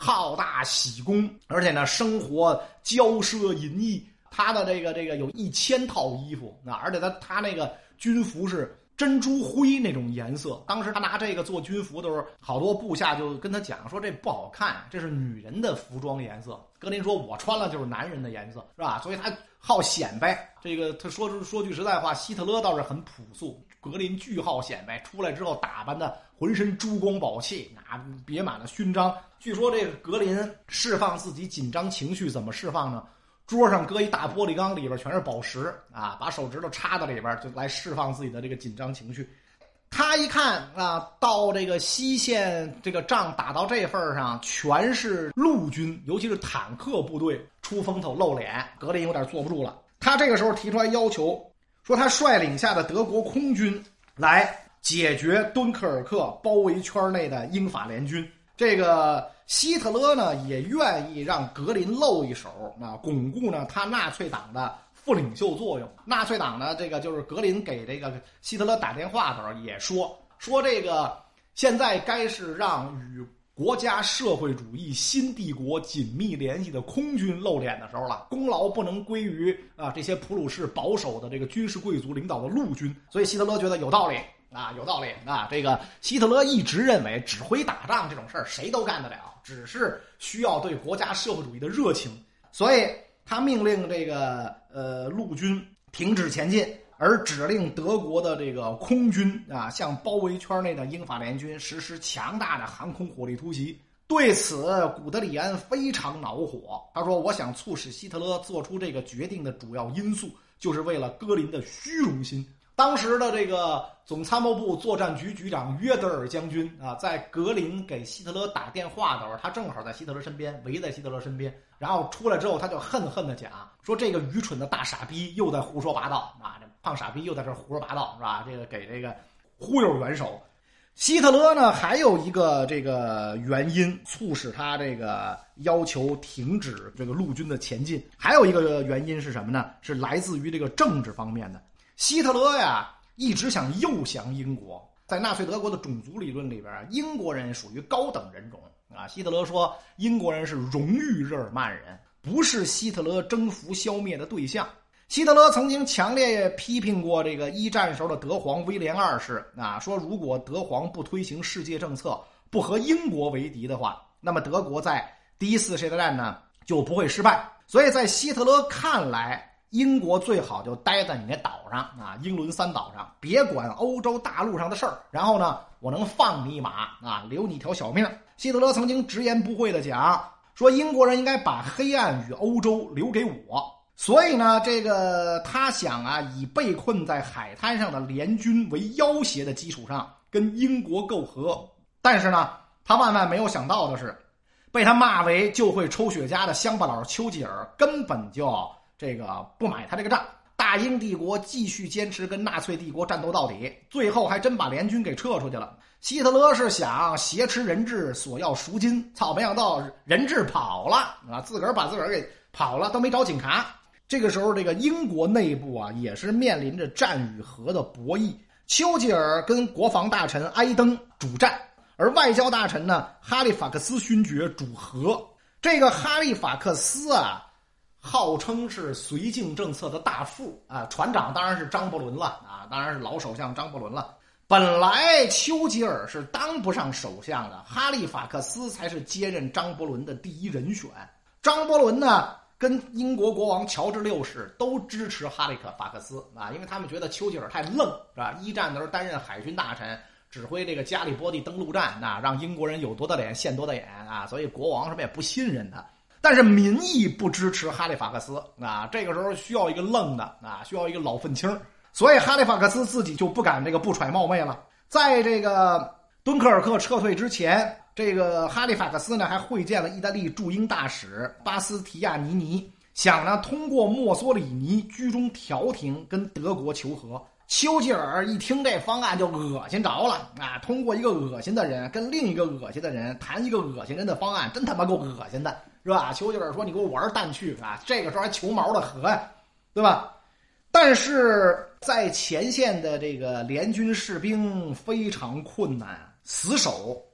好大喜功，而且呢生活骄奢淫逸。他的这个这个有一千套衣服啊，而且他他那个军服是珍珠灰那种颜色。当时他拿这个做军服的时候，好多部下就跟他讲说这不好看，这是女人的服装颜色。格林说我穿了就是男人的颜色，是吧？所以他好显摆。这个他说说句实在话，希特勒倒是很朴素，格林巨好显摆，出来之后打扮的浑身珠光宝气，啊，别满了勋章。据说这个格林释放自己紧张情绪怎么释放呢？桌上搁一大玻璃缸，里边全是宝石啊，把手指头插到里边，就来释放自己的这个紧张情绪。他一看啊，到这个西线这个仗打到这份上，全是陆军，尤其是坦克部队出风头露脸，格林有点坐不住了。他这个时候提出来要求，说他率领下的德国空军来解决敦刻尔克包围圈内的英法联军。这个希特勒呢也愿意让格林露一手啊，巩固呢他纳粹党的副领袖作用。纳粹党呢，这个就是格林给这个希特勒打电话的时候也说说这个现在该是让与国家社会主义新帝国紧密联系的空军露脸的时候了，功劳不能归于啊这些普鲁士保守的这个军事贵族领导的陆军。所以希特勒觉得有道理啊，有道理啊！这个希特勒一直认为指挥打仗这种事儿谁都干得了，只是需要对国家社会主义的热情。所以他命令这个呃陆军停止前进，而指令德国的这个空军啊向包围圈内的英法联军实施强大的航空火力突袭。对此，古德里安非常恼火，他说：“我想促使希特勒做出这个决定的主要因素，就是为了格林的虚荣心。”当时的这个总参谋部作战局局长约德尔将军啊，在格林给希特勒打电话的时候，他正好在希特勒身边，围在希特勒身边。然后出来之后，他就恨恨地讲说：“这个愚蠢的大傻逼又在胡说八道啊！这胖傻逼又在这胡说八道，是吧？这个给这个忽悠元首。”希特勒呢，还有一个这个原因促使他这个要求停止这个陆军的前进，还有一个原因是什么呢？是来自于这个政治方面的。希特勒呀，一直想诱降英国。在纳粹德国的种族理论里边，英国人属于高等人种啊。希特勒说，英国人是荣誉日耳曼人，不是希特勒征服消灭的对象。希特勒曾经强烈批评过这个一战时候的德皇威廉二世啊，说如果德皇不推行世界政策，不和英国为敌的话，那么德国在第一次世界大战呢就不会失败。所以在希特勒看来，英国最好就待在你那岛上啊，英伦三岛上，别管欧洲大陆上的事儿。然后呢，我能放你一马啊，留你条小命。希特勒曾经直言不讳地讲，说英国人应该把黑暗与欧洲留给我。所以呢，这个他想啊，以被困在海滩上的联军为要挟的基础上，跟英国媾和。但是呢，他万万没有想到的是，被他骂为就会抽雪茄的乡巴佬丘吉尔根本就这个不买他这个账。大英帝国继续坚持跟纳粹帝国战斗到底，最后还真把联军给撤出去了。希特勒是想挟持人质索要赎金，操，没想到人质跑了啊，自个儿把自个儿给跑了，都没找警察。这个时候这个英国内部啊也是面临着战与和的博弈，丘吉尔跟国防大臣埃登主战，而外交大臣呢哈利法克斯勋爵主和。这个哈利法克斯啊号称是绥靖政策的大副啊，船长当然是张伯伦了啊，当然是老首相张伯伦了。本来丘吉尔是当不上首相的，哈利法克斯才是接任张伯伦的第一人选。张伯伦呢跟英国国王乔治六世都支持哈利法克斯啊，因为他们觉得丘吉尔太愣，是吧？一战的时候担任海军大臣，指挥这个加里波第登陆战，那让英国人有多大脸现多大眼啊，所以国王什么也不信任他。但是民意不支持哈利法克斯啊，这个时候需要一个愣的啊，需要一个老愤青，所以哈利法克斯自己就不敢这个不揣冒昧了。在这个敦刻尔克撤退之前，这个哈利法克斯呢还会见了意大利驻英大使巴斯提亚尼尼，想呢通过墨索里尼居中调停跟德国求和。丘吉尔一听这方案就恶心着了啊！通过一个恶心的人跟另一个恶心的人谈一个恶心人的方案，真他妈够恶心的，是吧？丘吉尔说：“你给我玩蛋去啊！”这个时候还求毛的和呀，对吧？但是在前线的这个联军士兵非常困难，死守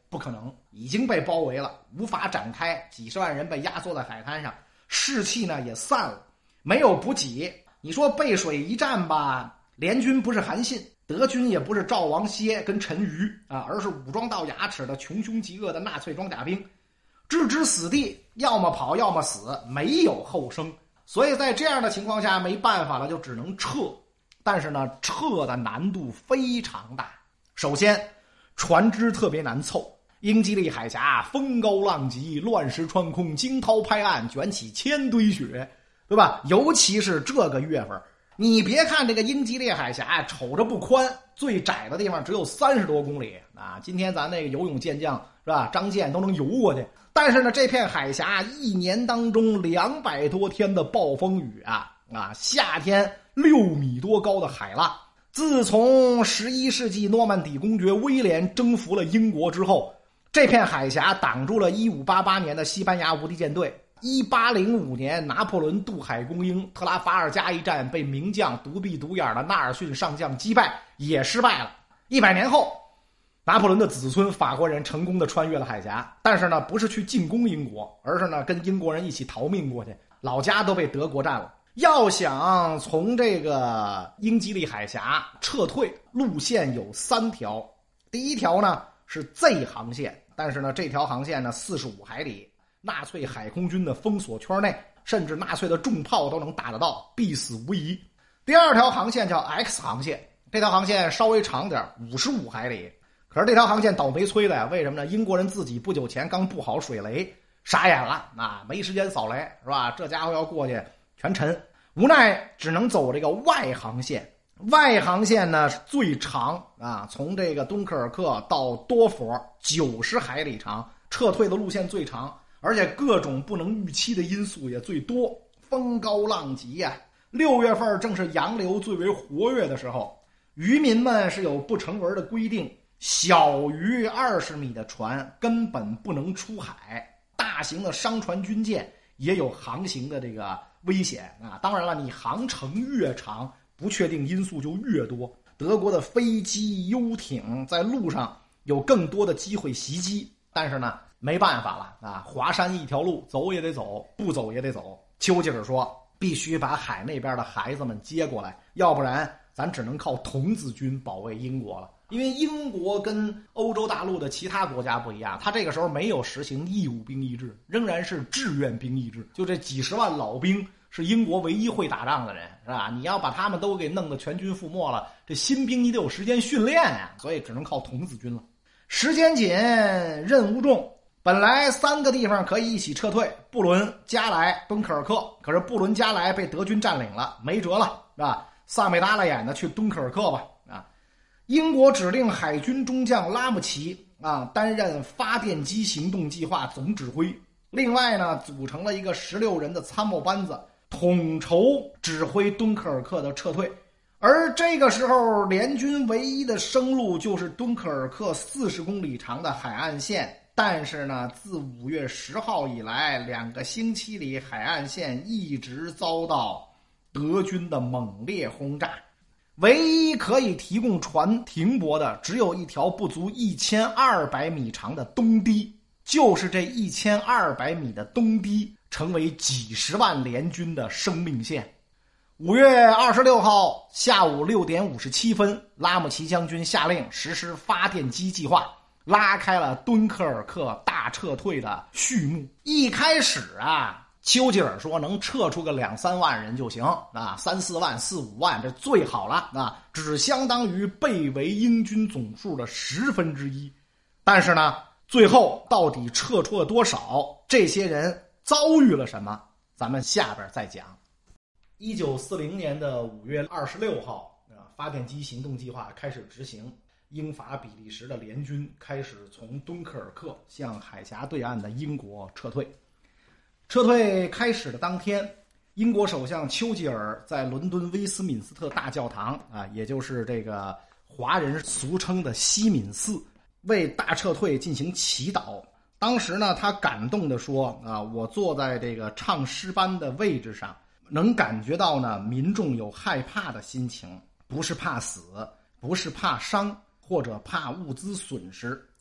不可能，已经被包围了，无法展开，几十万人被压缩在海滩上，士气呢也散了，没有补给。你说背水一战吧，联军不是韩信，德军也不是赵王歇跟陈馀啊，而是武装到牙齿的穷凶极恶的纳粹装甲兵，置之死地，要么跑要么死，没有后生。所以在这样的情况下，没办法了，就只能撤。但是呢，撤的难度非常大。首先，船只特别难凑，英吉利海峡风高浪急，乱石穿空，惊涛拍岸，卷起千堆雪，对吧？尤其是这个月份，你别看这个英吉利海峡瞅着不宽，最窄的地方只有三十多公里啊。今天咱那个游泳健将是吧，张健都能游过去。但是呢，这片海峡一年当中两百多天的暴风雨啊啊，夏天六米多高的海浪。自从十一世纪诺曼底公爵威廉征服了英国之后，这片海峡挡住了一五八八年的西班牙无敌舰队。一八零五年拿破仑渡海攻英，特拉法尔加一战被名将独臂独眼的纳尔逊上将击败，也失败了。一百年后，拿破仑的子孙法国人成功的穿越了海峡，但是呢，不是去进攻英国，而是呢跟英国人一起逃命过去，老家都被德国占了。要想从这个英吉利海峡撤退，路线有三条。第一条呢是 Z 航线，但是呢这条航线呢四十五海里，纳粹海空军的封锁圈内，甚至纳粹的重炮都能打得到，必死无疑。第二条航线叫 X 航线，这条航线稍微长点，五十五海里。可是这条航线倒霉催的呀，为什么呢？英国人自己不久前刚布好水雷，傻眼了啊，没时间扫雷是吧？这家伙要过去全沉，无奈只能走这个 Y 航线。Y 航线呢最长啊，从这个敦刻尔克到多佛九十海里长，撤退的路线最长，而且各种不能预期的因素也最多，风高浪急呀、啊。六月份正是洋流最为活跃的时候，渔民们是有不成文的规定，小于二十米的船根本不能出海，大型的商船军舰也有航行的这个危险啊。当然了，你航程越长，不确定因素就越多。德国的飞机、游艇在路上有更多的机会袭击，但是呢，没办法了啊！华山一条路，走也得走，不走也得走。丘吉尔说，必须把海那边的孩子们接过来，要不然咱只能靠童子军保卫英国了。因为英国跟欧洲大陆的其他国家不一样，他这个时候没有实行义务兵役制，仍然是志愿兵役制。就这几十万老兵是英国唯一会打仗的人，是吧？你要把他们都给弄得全军覆没了，这新兵你得有时间训练呀、啊，所以只能靠童子军了。时间紧，任务重，本来三个地方可以一起撤退，布伦、加莱、敦刻尔克，可是布伦、加莱被德军占领了，没辙了，是吧？萨美大了眼的去敦刻尔克吧，啊！英国指令海军中将拉姆齐啊担任发电机行动计划总指挥，另外呢，组成了一个十六人的参谋班子，统筹指挥敦刻尔克的撤退。而这个时候，联军唯一的生路就是敦刻尔克四十公里长的海岸线。但是呢，自五月十号以来，两个星期里，海岸线一直遭到德军的猛烈轰炸。唯一可以提供船停泊的，只有一条不足一千二百米长的东堤，就是这一千二百米的东堤，成为几十万联军的生命线。五月二十六号下午六点五十七分，拉姆齐将军下令实施发电机计划，拉开了敦刻尔克大撤退的序幕。一开始啊，丘吉尔说能撤出个两三万人就行啊，三四万、四五万这最好了啊，只相当于被围英军总数的十分之一。但是呢，最后到底撤出了多少？这些人遭遇了什么？咱们下边再讲。一九四零年的五月二十六号啊，发电机行动计划开始执行。英法比利时的联军开始从敦刻尔克向海峡对岸的英国撤退。撤退开始的当天，英国首相丘吉尔在伦敦威斯敏斯特大教堂啊，也就是这个华人俗称的西敏寺，为大撤退进行祈祷。当时呢，他感动地说啊，我坐在这个唱诗班的位置上，能感觉到呢民众有害怕的心情，不是怕死，不是怕伤，或者怕物资损失，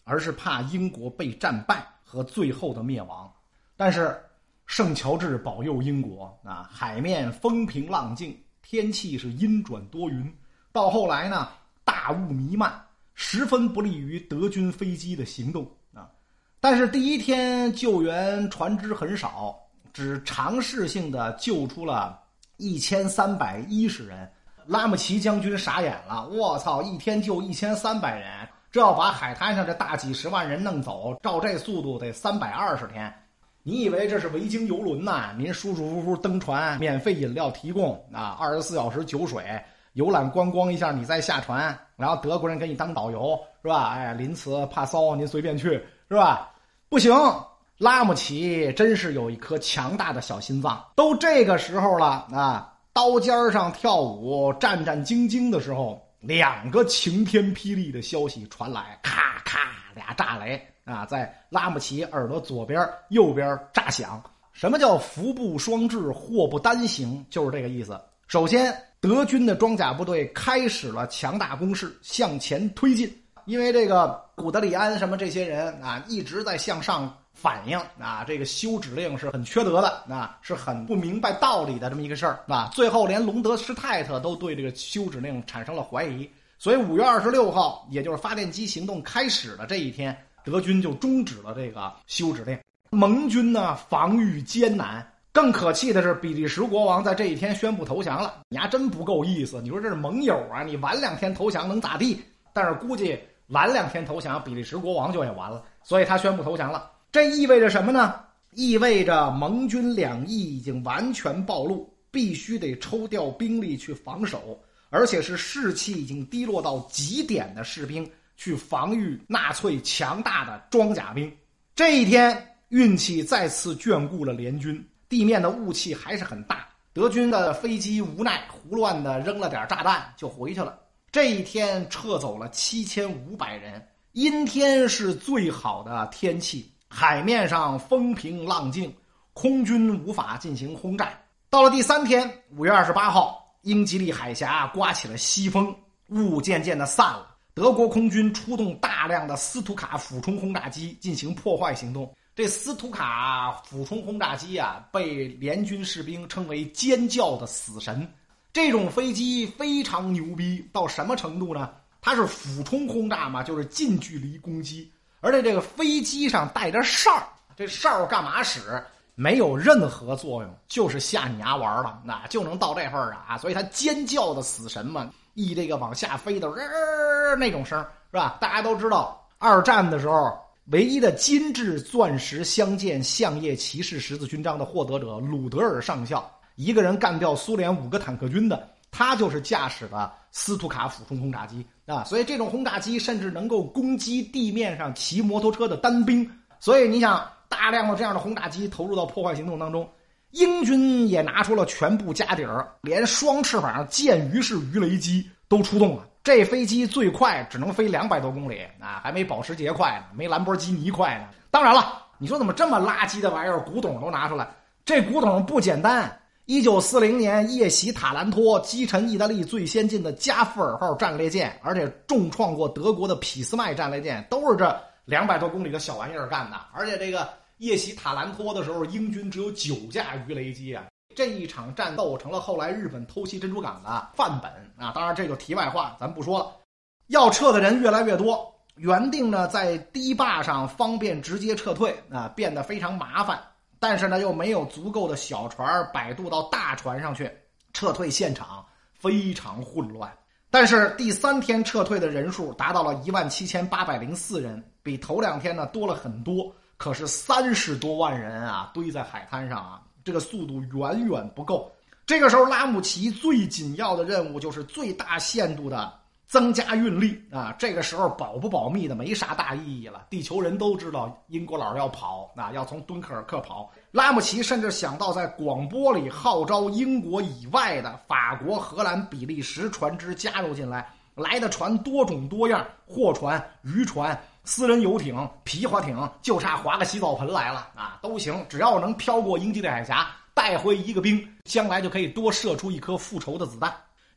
而是怕英国被战败和最后的灭亡。但是圣乔治保佑英国啊，海面风平浪静，天气是阴转多云。到后来呢，大雾弥漫，十分不利于德军飞机的行动啊。但是第一天救援船只很少，只尝试性的救出了一千三百一十人。拉姆齐将军傻眼了，我操，一天就一千三百人，这要把海滩上这大几十万人弄走，照这速度得三百二十天。你以为这是维京游轮呐？您舒舒服服登船，免费饮料提供啊，二十四小时酒水，游览观光一下你再下船，然后德国人给你当导游是吧？哎，林茨帕骚您随便去是吧？不行，拉姆齐真是有一颗强大的小心脏。都这个时候了啊，刀尖上跳舞战战兢兢的时候，两个晴天霹雳的消息传来，咔咔俩炸雷啊，在拉姆齐耳朵左边右边炸响。什么叫福不双至，祸不单行？就是这个意思。首先，德军的装甲部队开始了强大攻势，向前推进。因为这个古德里安什么这些人啊，一直在向上反映啊，这个休指令是很缺德的啊，是很不明白道理的这么一个事儿啊。最后连隆德施泰特都对这个休指令产生了怀疑，所以五月二十六号，也就是发电机行动开始的这一天，德军就终止了这个休指令。盟军呢防御艰难，更可气的是比利时国王在这一天宣布投降了。你还真不够意思，你说这是盟友啊，你晚两天投降能咋地？但是估计晚两天投降，比利时国王就也完了，所以他宣布投降了。这意味着什么呢？意味着盟军两翼已经完全暴露，必须得抽调兵力去防守，而且是士气已经低落到极点的士兵去防御纳粹强大的装甲兵。这一天运气再次眷顾了联军，地面的雾气还是很大，德军的飞机无奈胡乱的扔了点炸弹就回去了。这一天撤走了七千五百人，阴天是最好的天气，海面上风平浪静，空军无法进行轰炸。到了第三天，五月二十八号，英吉利海峡刮起了西风，雾渐渐的散了。德国空军出动大量的斯图卡俯冲轰炸机进行破坏行动。这斯图卡俯冲轰炸机啊，被联军士兵称为尖叫的死神。这种飞机非常牛逼，到什么程度呢？它是俯冲轰炸嘛，就是近距离攻击，而且这个飞机上带着哨，这哨干嘛使？没有任何作用，就是吓你丫玩了，那就能到这份儿啊！所以它尖叫的死神嘛，一这个往下飞的、呃、那种声是吧？大家都知道，二战的时候唯一的金质钻石相间相叶骑士十字勋章的获得者鲁德尔上校，一个人干掉苏联五个坦克军的，他就是驾驶的斯图卡俯冲轰炸机啊！所以这种轰炸机甚至能够攻击地面上骑摩托车的单兵。所以你想，大量的这样的轰炸机投入到破坏行动当中，英军也拿出了全部家底儿，连双翅膀剑鱼式鱼雷机都出动了。这飞机最快只能飞两百多公里啊，还没保时捷快呢，没兰博基尼快呢。当然了，你说怎么这么垃圾的玩意儿，古董都拿出来？这古董不简单。一九四零年，夜袭塔兰托，击沉意大利最先进的加夫尔号战列舰，而且重创过德国的俾斯麦战列舰，都是这两百多公里的小玩意儿干的。而且这个夜袭塔兰托的时候，英军只有九架鱼雷机啊。这一场战斗成了后来日本偷袭珍珠港的范本啊！当然这就题外话，咱不说了。要撤的人越来越多，原定呢在堤坝上方便直接撤退啊，变得非常麻烦。但是呢，又没有足够的小船摆渡到大船上去，撤退现场非常混乱。但是第三天撤退的人数达到了一万七千八百零四人，比头两天呢多了很多。可是三十多万人啊，堆在海滩上啊，这个速度远远不够。这个时候，拉姆齐最紧要的任务就是最大限度的增加运力啊！这个时候保不保密的没啥大意义了，地球人都知道英国佬要跑啊，要从敦刻尔克跑。拉姆齐甚至想到在广播里号召英国以外的法国、荷兰、比利时船只加入进来，来的船多种多样，货船、渔船、私人游艇、皮划艇，就差划个洗澡盆来了啊，都行，只要能飘过英吉利海峡，带回一个兵，将来就可以多射出一颗复仇的子弹。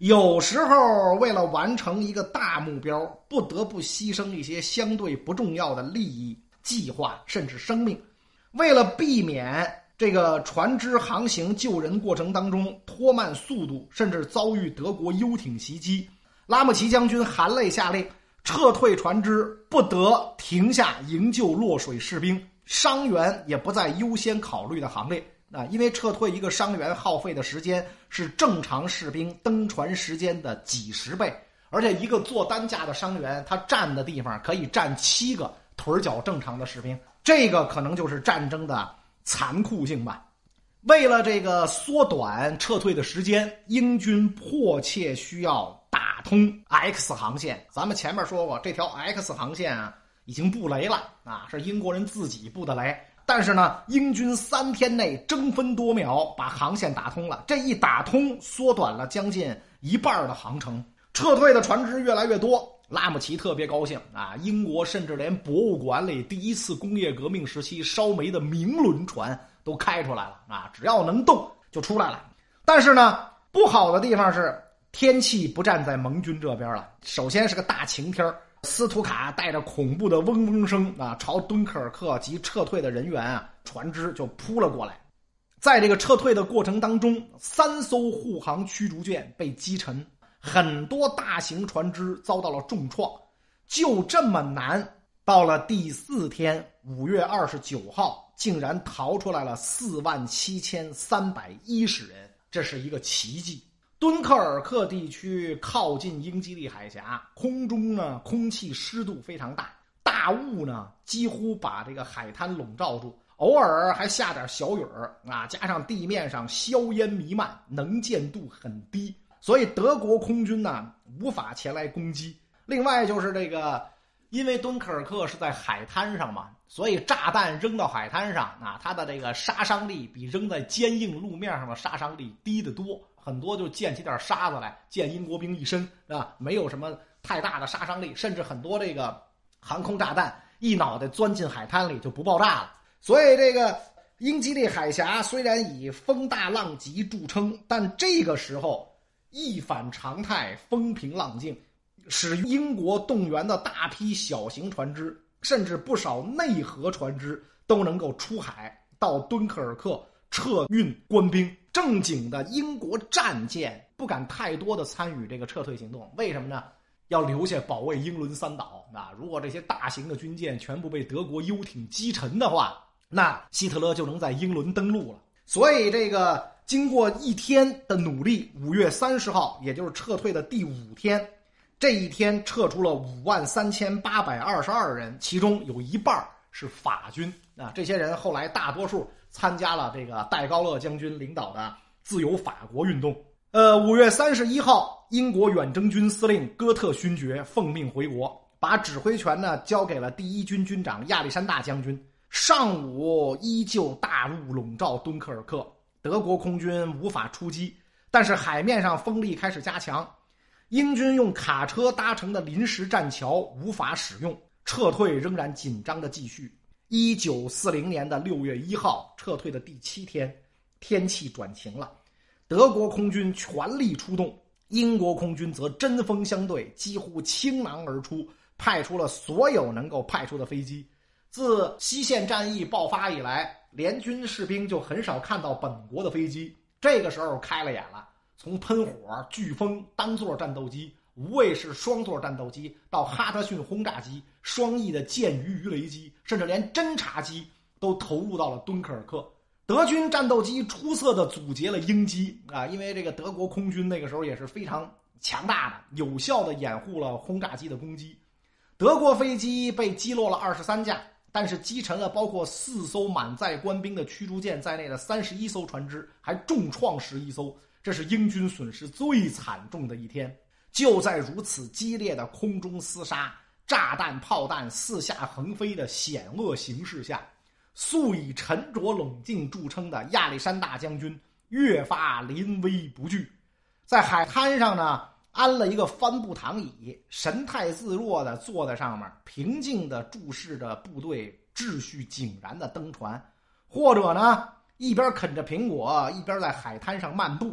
有时候为了完成一个大目标，不得不牺牲一些相对不重要的利益、计划甚至生命。为了避免这个船只航行救人过程当中拖慢速度，甚至遭遇德国游艇袭击，拉姆齐将军含泪下令撤退船只，不得停下营救落水士兵，伤员也不在优先考虑的行列。啊，因为撤退一个伤员耗费的时间是正常士兵登船时间的几十倍，而且一个坐担架的伤员，他站的地方可以站七个腿脚正常的士兵，这个可能就是战争的残酷性吧。为了这个缩短撤退的时间，英军迫切需要打通 X 航线。咱们前面说过，这条 X 航线啊已经布雷了啊，是英国人自己布的雷。但是呢，英军三天内争分夺秒把航线打通了，这一打通，缩短了将近一半的航程，撤退的船只越来越多。拉姆齐特别高兴啊！英国甚至连博物馆里第一次工业革命时期烧煤的明轮船都开出来了啊！只要能动就出来了。但是呢，不好的地方是天气不站在盟军这边了。首先是个大晴天，斯图卡带着恐怖的嗡嗡声啊，朝敦刻尔克及撤退的人员啊船只就扑了过来。在这个撤退的过程当中，三艘护航驱逐舰被击沉，很多大型船只遭到了重创。就这么难，到了第四天五月二十九号，竟然逃出来了四万七千三百一十人，这是一个奇迹。敦刻尔克地区靠近英吉利海峡，空中呢空气湿度非常大，大雾呢几乎把这个海滩笼罩住，偶尔还下点小雨儿啊，加上地面上硝烟弥漫，能见度很低，所以德国空军呢无法前来攻击。另外就是这个，因为敦刻尔克是在海滩上嘛，所以炸弹扔到海滩上啊，它的这个杀伤力比扔在坚硬路面上的杀伤力低得多，很多就溅起点沙子来，溅英国兵一身啊，没有什么太大的杀伤力，甚至很多这个航空炸弹一脑袋钻进海滩里就不爆炸了。所以这个英吉利海峡虽然以风大浪急著称，但这个时候一反常态，风平浪静，使英国动员的大批小型船只，甚至不少内河船只都能够出海到敦刻尔克撤运官兵。正经的英国战舰不敢太多的参与这个撤退行动，为什么呢？要留下保卫英伦三岛啊！如果这些大型的军舰全部被德国游艇击沉的话，那希特勒就能在英伦登陆了。所以这个经过一天的努力，五月三十号，也就是撤退的第五天，这一天撤出了五万三千八百二十二人，其中有一半是法军啊！这些人后来大多数参加了这个戴高乐将军领导的自由法国运动。呃，五月三十一号，英国远征军司令哥特勋爵奉命回国，把指挥权呢交给了第一军军长亚历山大将军。上午依旧大雾笼罩敦刻尔克，德国空军无法出击，但是海面上风力开始加强，英军用卡车搭成的临时栈桥无法使用，撤退仍然紧张的继续。一九四零年的六月一号，撤退的第七天，天气转晴了，德国空军全力出动，英国空军则针锋相对，几乎倾囊而出，派出了所有能够派出的飞机。自西线战役爆发以来，联军士兵就很少看到本国的飞机，这个时候开了眼了，从喷火、飓风、单座战斗机、无畏式双座战斗机到哈德逊轰炸机、双翼的剑鱼鱼雷机，甚至连侦察机都投入到了敦刻尔克。德军战斗机出色地阻截了英机啊，因为这个德国空军那个时候也是非常强大的，有效地掩护了轰炸机的攻击。德国飞机被击落了二十三架，但是击沉了包括四艘满载官兵的驱逐舰在内的三十一艘船只，还重创十一艘，这是英军损失最惨重的一天。就在如此激烈的空中厮杀、炸弹炮弹四下横飞的险恶形势下，素以沉着冷静著称的亚历山大将军越发临危不惧，在海滩上呢安了一个帆布躺椅，神态自若地坐在上面，平静地注视着部队秩序井然的登船，或者呢一边啃着苹果一边在海滩上漫步。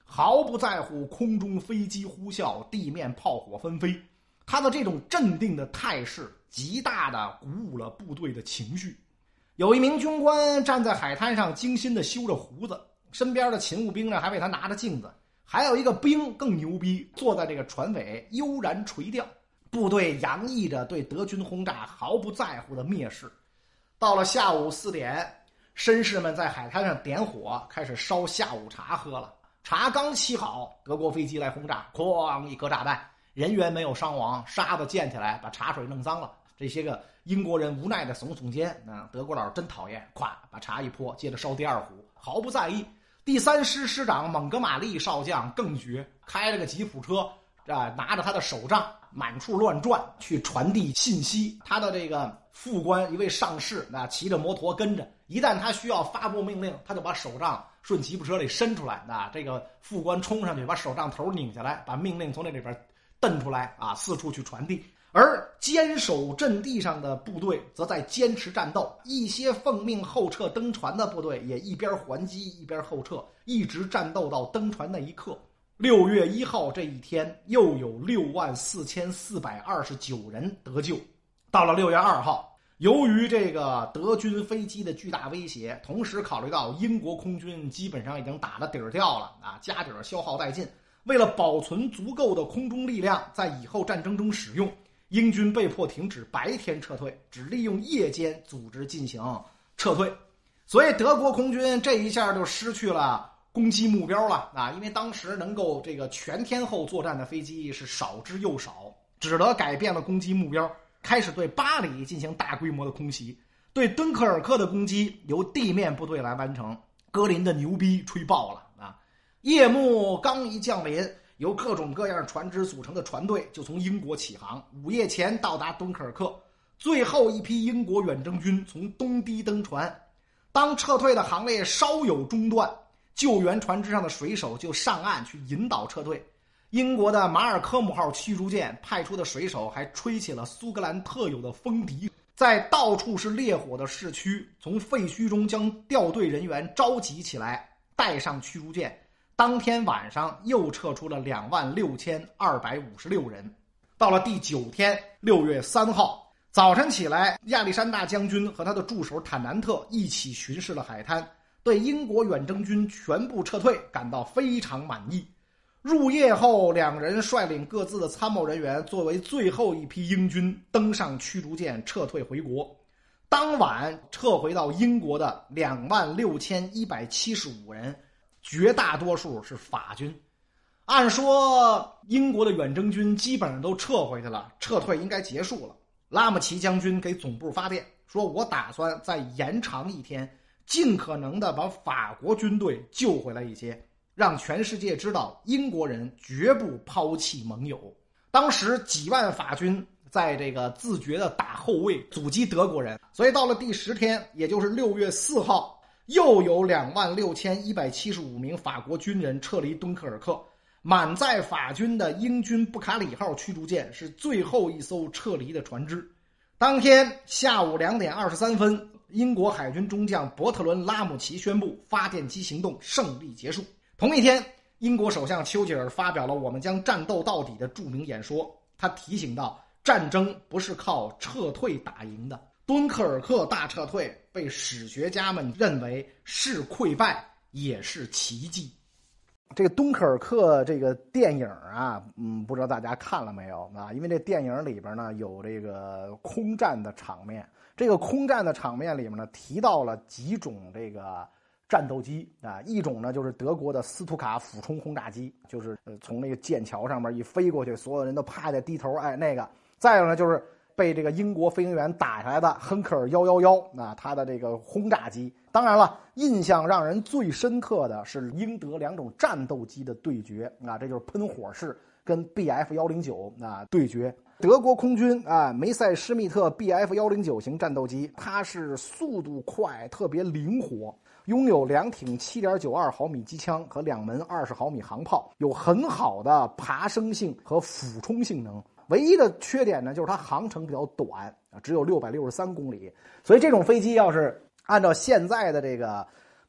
毫不在乎空中飞机呼啸，地面炮火纷飞。他的这种镇定的态势极大地鼓舞了部队的情绪。有一名军官站在海滩上精心地修着胡子，身边的勤务兵呢还为他拿着镜子，还有一个兵更牛逼，坐在这个船尾悠然垂钓。部队洋溢着对德军轰炸毫不在乎的蔑视。到了下午四点，绅士们在海滩上点火，开始烧下午茶喝了。茶刚沏好，德国飞机来轰炸，哐一颗炸弹，人员没有伤亡，沙子溅起来把茶水弄脏了。这些个英国人无奈的耸耸肩，啊，德国佬真讨厌，咵把茶一泼，接着烧第二壶，毫不在意。第三师师长蒙哥马利少将更绝，开了个吉普车，啊，拿着他的手杖满处乱转，去传递信息。他的这个副官一位上士，那骑着摩托跟着，一旦他需要发布命令，他就把手杖顺吉普车里伸出来，那这个副官冲上去把手杖头拧下来，把命令从这里边蹬出来，啊，四处去传递。而坚守阵地上的部队则在坚持战斗，一些奉命后撤登船的部队也一边还击一边后撤，一直战斗到登船那一刻。六月一号这一天，又有六万四千四百二十九人得救。到了六月二号，由于这个德军飞机的巨大威胁，同时考虑到英国空军基本上已经打了底儿掉了啊，家底儿消耗殆尽，为了保存足够的空中力量在以后战争中使用，英军被迫停止白天撤退，只利用夜间组织进行撤退。所以德国空军这一下就失去了攻击目标了啊！因为当时能够这个全天候作战的飞机是少之又少，只得改变了攻击目标，开始对巴黎进行大规模的空袭。对敦刻尔克的攻击由地面部队来完成，格林的牛逼吹爆了啊！夜幕刚一降临，由各种各样船只组成的船队就从英国起航，午夜前到达敦刻尔克。最后一批英国远征军从东堤登船，当撤退的行列稍有中断，救援船只上的水手就上岸去引导撤退。英国的马尔科姆号驱逐舰派出的水手还吹起了苏格兰特有的风笛，在到处是烈火的市区，从废墟中将调队人员召集起来，带上驱逐舰。当天晚上又撤出了两万六千二百五十六人。到了第九天，六月三号早晨起来，亚历山大将军和他的助手坦南特一起巡视了海滩，对英国远征军全部撤退感到非常满意。入夜后，两人率领各自的参谋人员作为最后一批英军登上驱逐舰撤退回国。当晚撤回到英国的两万六千一百七十五人，绝大多数是法军。按说英国的远征军基本上都撤回去了，撤退应该结束了。拉姆齐将军给总部发电说，我打算再延长一天，尽可能的把法国军队救回来一些，让全世界知道英国人绝不抛弃盟友。当时几万法军在这个自觉的打后卫阻击德国人，所以到了第十天，也就是六月四号，又有两万六千一百七十五名法国军人撤离敦刻尔克。满载法军的英军布卡里号驱逐舰是最后一艘撤离的船只。当天下午两点二十三分，英国海军中将伯特伦·拉姆齐宣布发电机行动胜利结束。同一天，英国首相丘吉尔发表了我们将战斗到底的著名演说，他提醒到，战争不是靠撤退打赢的。敦刻尔克大撤退被史学家们认为是溃败，也是奇迹。这个敦刻尔克这个电影啊，嗯，不知道大家看了没有啊？因为这电影里边呢有这个空战的场面，这个空战的场面里面呢提到了几种这个战斗机啊，一种呢就是德国的斯图卡俯冲轰炸机，就是呃从那个剑桥上面一飞过去，所有人都趴下低头，哎，那个。再有呢就是被这个英国飞行员打下来的亨克尔一一一啊，他的这个轰炸机。当然了，印象让人最深刻的是英德两种战斗机的对决啊，这就是喷火式跟 B F 一零九 啊对决。德国空军啊梅塞施密特 B F 一零九 型战斗机，它是速度快，特别灵活，拥有两挺 七点九二毫米机枪和两门二十毫米航炮，有很好的爬升性和俯冲性能。唯一的缺点呢，就是它航程比较短啊，只有六百六十三公里。所以这种飞机要是按照现在的这个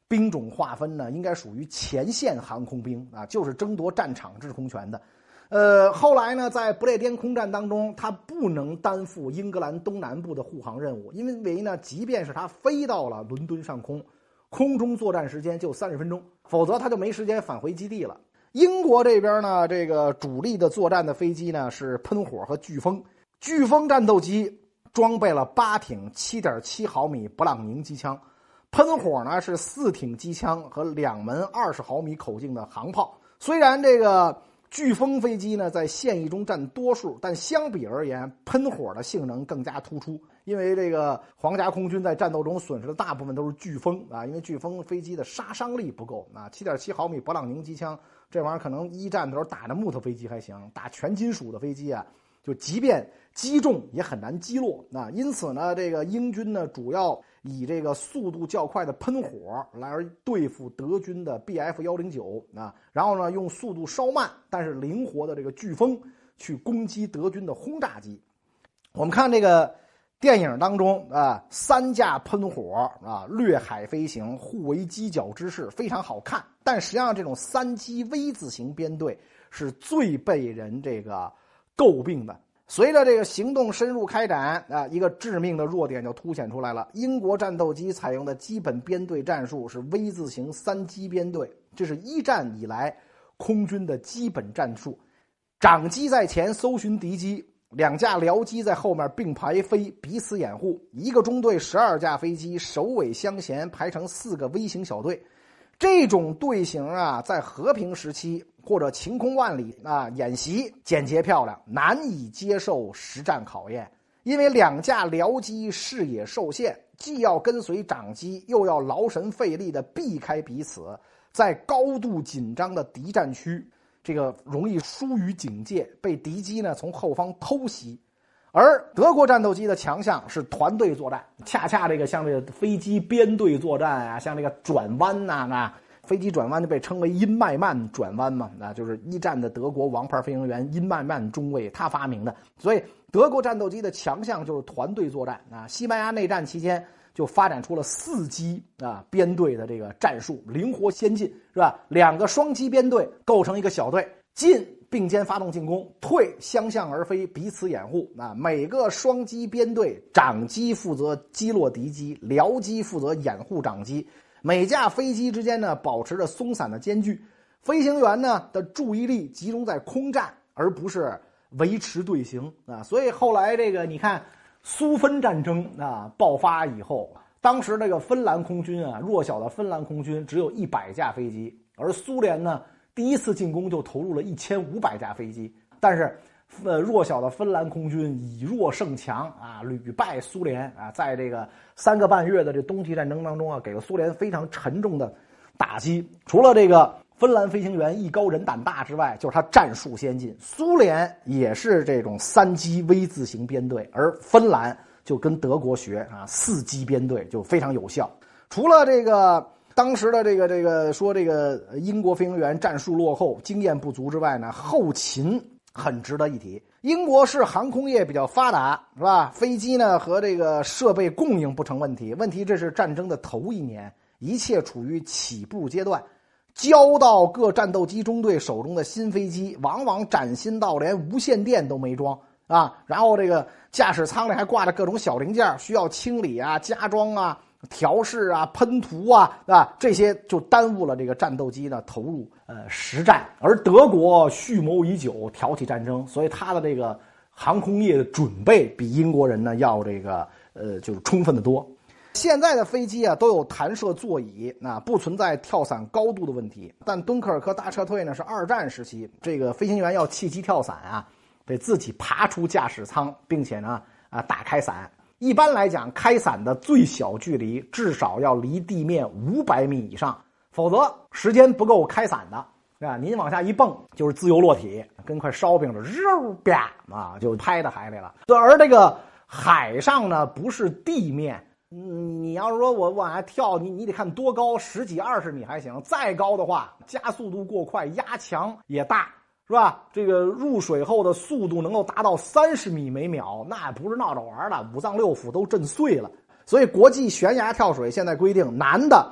兵种划分呢，应该属于前线航空兵啊，就是争夺战场制空权的。呃，后来呢，在不列颠空战当中，他不能担负英格兰东南部的护航任务，因为呢，即便是他飞到了伦敦上空，空中作战时间就三十分钟，否则他就没时间返回基地了。英国这边呢，这个主力的作战的飞机呢是喷火和飓风，飓风战斗机装备了八挺 七点七毫米布朗宁机枪，喷火呢是四挺机枪和两门二十毫米口径的航炮。虽然这个飓风飞机呢在现役中占多数，但相比而言，喷火的性能更加突出。因为这个皇家空军在战斗中损失的大部分都是飓风啊，因为飓风飞机的杀伤力不够啊。七点七毫米勃朗宁机枪这玩意儿可能一战的时候打着木头飞机还行，打全金属的飞机啊，就即便击中也很难击落啊。因此呢，这个英军呢主要以这个速度较快的喷火来对付德军的 B F 一零九啊，然后呢用速度稍慢但是灵活的这个飓风去攻击德军的轰炸机。我们看这个电影当中啊，三架喷火啊，掠海飞行，互为犄角之势，非常好看。但实际上，这种三机 V 字形编队是最被人这个诟病的。随着这个行动深入开展啊，一个致命的弱点就凸显出来了。英国战斗机采用的基本编队战术是 V 字形三机编队，这是一战以来空军的基本战术。长机在前搜寻敌机，两架僚机在后面并排飞，彼此掩护。一个中队十二架飞机首尾相衔，排成四个 V 型小队。这种队形啊，在和平时期或者晴空万里啊演习简洁漂亮，难以接受实战考验。因为两架僚机视野受限，既要跟随长机，又要劳神费力地避开彼此，在高度紧张的敌占区，这个容易疏于警戒，被敌机呢从后方偷袭。而德国战斗机的强项是团队作战，恰恰这个像这个飞机编队作战啊，像这个转弯呐、啊，飞机转弯就被称为因麦曼转弯嘛，那就是一战的德国王牌飞行员因麦曼中尉他发明的。所以德国战斗机的强项就是团队作战啊。西班牙内战期间就发展出了四机啊编队的这个战术，灵活先进，是吧？两个双机编队构成一个小队，进并肩发动进攻，退相向而飞，彼此掩护啊。每个双机编队，长机负责击落敌机，僚机负责掩护长机。每架飞机之间呢保持着松散的间距，飞行员呢的注意力集中在空战，而不是维持队形啊。所以后来这个你看苏芬战争啊爆发以后，当时这个芬兰空军啊，弱小的芬兰空军只有一百架飞机，而苏联呢第一次进攻就投入了一千五百架飞机，但是呃，弱小的芬兰空军以弱胜强啊，屡败苏联啊，在这个三个半月的这冬季战争当中啊，给了苏联非常沉重的打击。除了这个芬兰飞行员艺高人胆大之外，就是他战术先进。苏联也是这种三机 V 字形编队，而芬兰就跟德国学啊，四机编队就非常有效。除了这个当时的这个这个说这个英国飞行员战术落后、经验不足之外呢，后勤很值得一提。英国是航空业比较发达，是吧？飞机呢和这个设备供应不成问题。问题这是战争的头一年，一切处于起步阶段。交到各战斗机中队手中的新飞机，往往崭新到连无线电都没装啊。然后这个驾驶舱里还挂着各种小零件，需要清理啊、加装啊、调试啊、喷涂啊，啊，这些就耽误了这个战斗机的投入呃实战。而德国蓄谋已久，挑起战争，所以他的这个航空业的准备比英国人呢要这个呃就是充分的多。现在的飞机啊都有弹射座椅，啊不存在跳伞高度的问题。但敦刻尔克大撤退呢是二战时期，这个飞行员要弃机跳伞啊，得自己爬出驾驶舱，并且呢啊打开伞。一般来讲，开伞的最小距离至少要离地面五百米以上，否则时间不够开伞的啊！您往下一蹦就是自由落体，跟块烧饼似的，肉啪啊就拍到海里了。而这个海上呢，不是地面，嗯，你要是说我往下跳，你你得看多高，十几二十米还行，再高的话，加速度过快，压强也大。是吧？这个入水后的速度能够达到三十米每秒，那不是闹着玩的，五脏六腑都震碎了。所以国际悬崖跳水现在规定，男的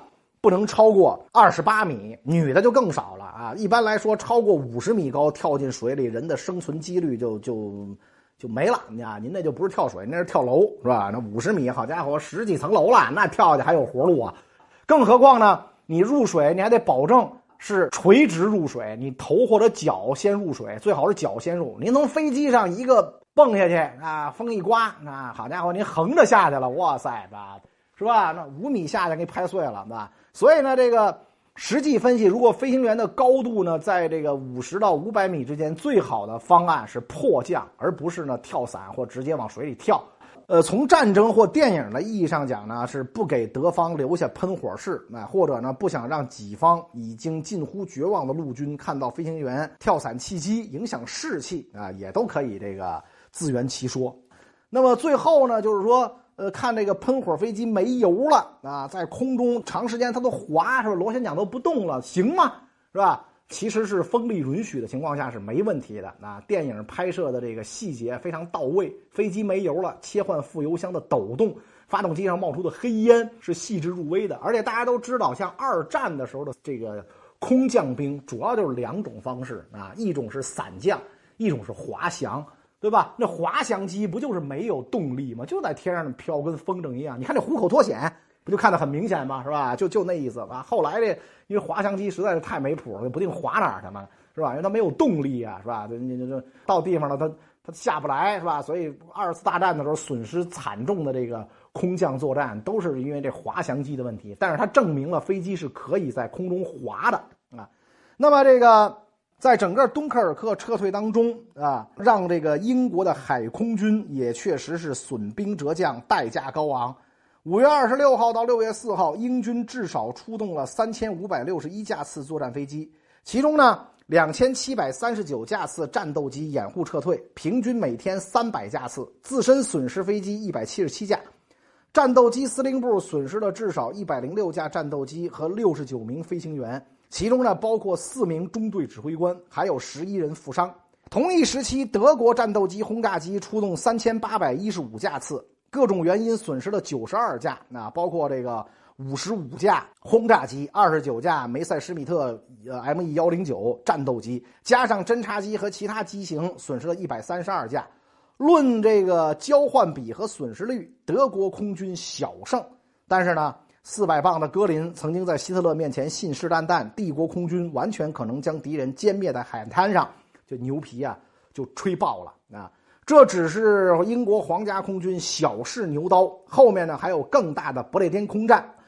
不能超过二十八米，女的就更少了啊。一般来说，超过五十米高跳进水里，人的生存几率就就就没了啊。您那就不是跳水，那是跳楼，是吧？那五十米，好家伙，十几层楼了，那跳下去还有活路啊。更何况呢，你入水你还得保证是垂直入水，你头或者脚先入水，最好是脚先入。您从飞机上一个蹦下去啊，风一刮啊，好家伙，您横着下去了，哇塞啊，是吧？那五米下去给你拍碎了，对吧？所以呢，这个实际分析，如果飞行员的高度呢，在这个五十到五百米之间，最好的方案是迫降，而不是呢跳伞或直接往水里跳。呃，从战争或电影的意义上讲呢，是不给德方留下喷火势，啊，或者呢不想让己方已经近乎绝望的陆军看到飞行员跳伞弃机，影响士气啊，也都可以这个自圆其说。那么最后呢，就是说，呃，看这个喷火飞机没油了啊，在空中长时间它都滑，是吧？螺旋桨都不动了，行吗？是吧？其实是风力允许的情况下是没问题的啊。电影拍摄的这个细节非常到位，飞机没油了，切换副油箱的抖动，发动机上冒出的黑烟是细致入微的。而且大家都知道，像二战的时候的这个空降兵主要就是两种方式啊，一种是伞降，一种是滑翔，对吧？那滑翔机不就是没有动力吗？就在天上飘，跟风筝一样。你看这虎口脱险不就看得很明显吗？是吧？就就那意思啊。后来这因为滑翔机实在是太没谱了，不定滑哪儿去呢，是吧？因为它没有动力啊，是吧？你你这到地方了，它它下不来，是吧？所以二次大战的时候损失惨重的这个空降作战，都是因为这滑翔机的问题。但是它证明了飞机是可以在空中滑的啊。那么这个在整个敦刻尔克撤退当中啊，让这个英国的海空军也确实是损兵折将，代价高昂。五月二十六号到六月四号，英军至少出动了三千五百六十一架次作战飞机，其中呢两千七百三十九架次战斗机掩护撤退，平均每天三百架次，自身损失飞机一百七十七架。战斗机司令部损失了至少一百零六架战斗机和六十九名飞行员，其中呢包括四名中队指挥官，还有十一人负伤。同一时期，德国战斗机轰炸机出动三千八百一十五架次，各种原因损失了九十二架，那包括这个五十五架轰炸机，二十九架梅塞施米特呃 M E 一零九战斗机，加上侦察机和其他机型，损失了一百三十二架。论这个交换比和损失率，德国空军小胜。但是呢，四百磅的戈林曾经在希特勒面前信誓旦旦，帝国空军完全可能将敌人歼灭在海滩上，就牛皮啊，就吹爆了啊！这只是英国皇家空军小试牛刀，后面呢还有更大的不列颠空战。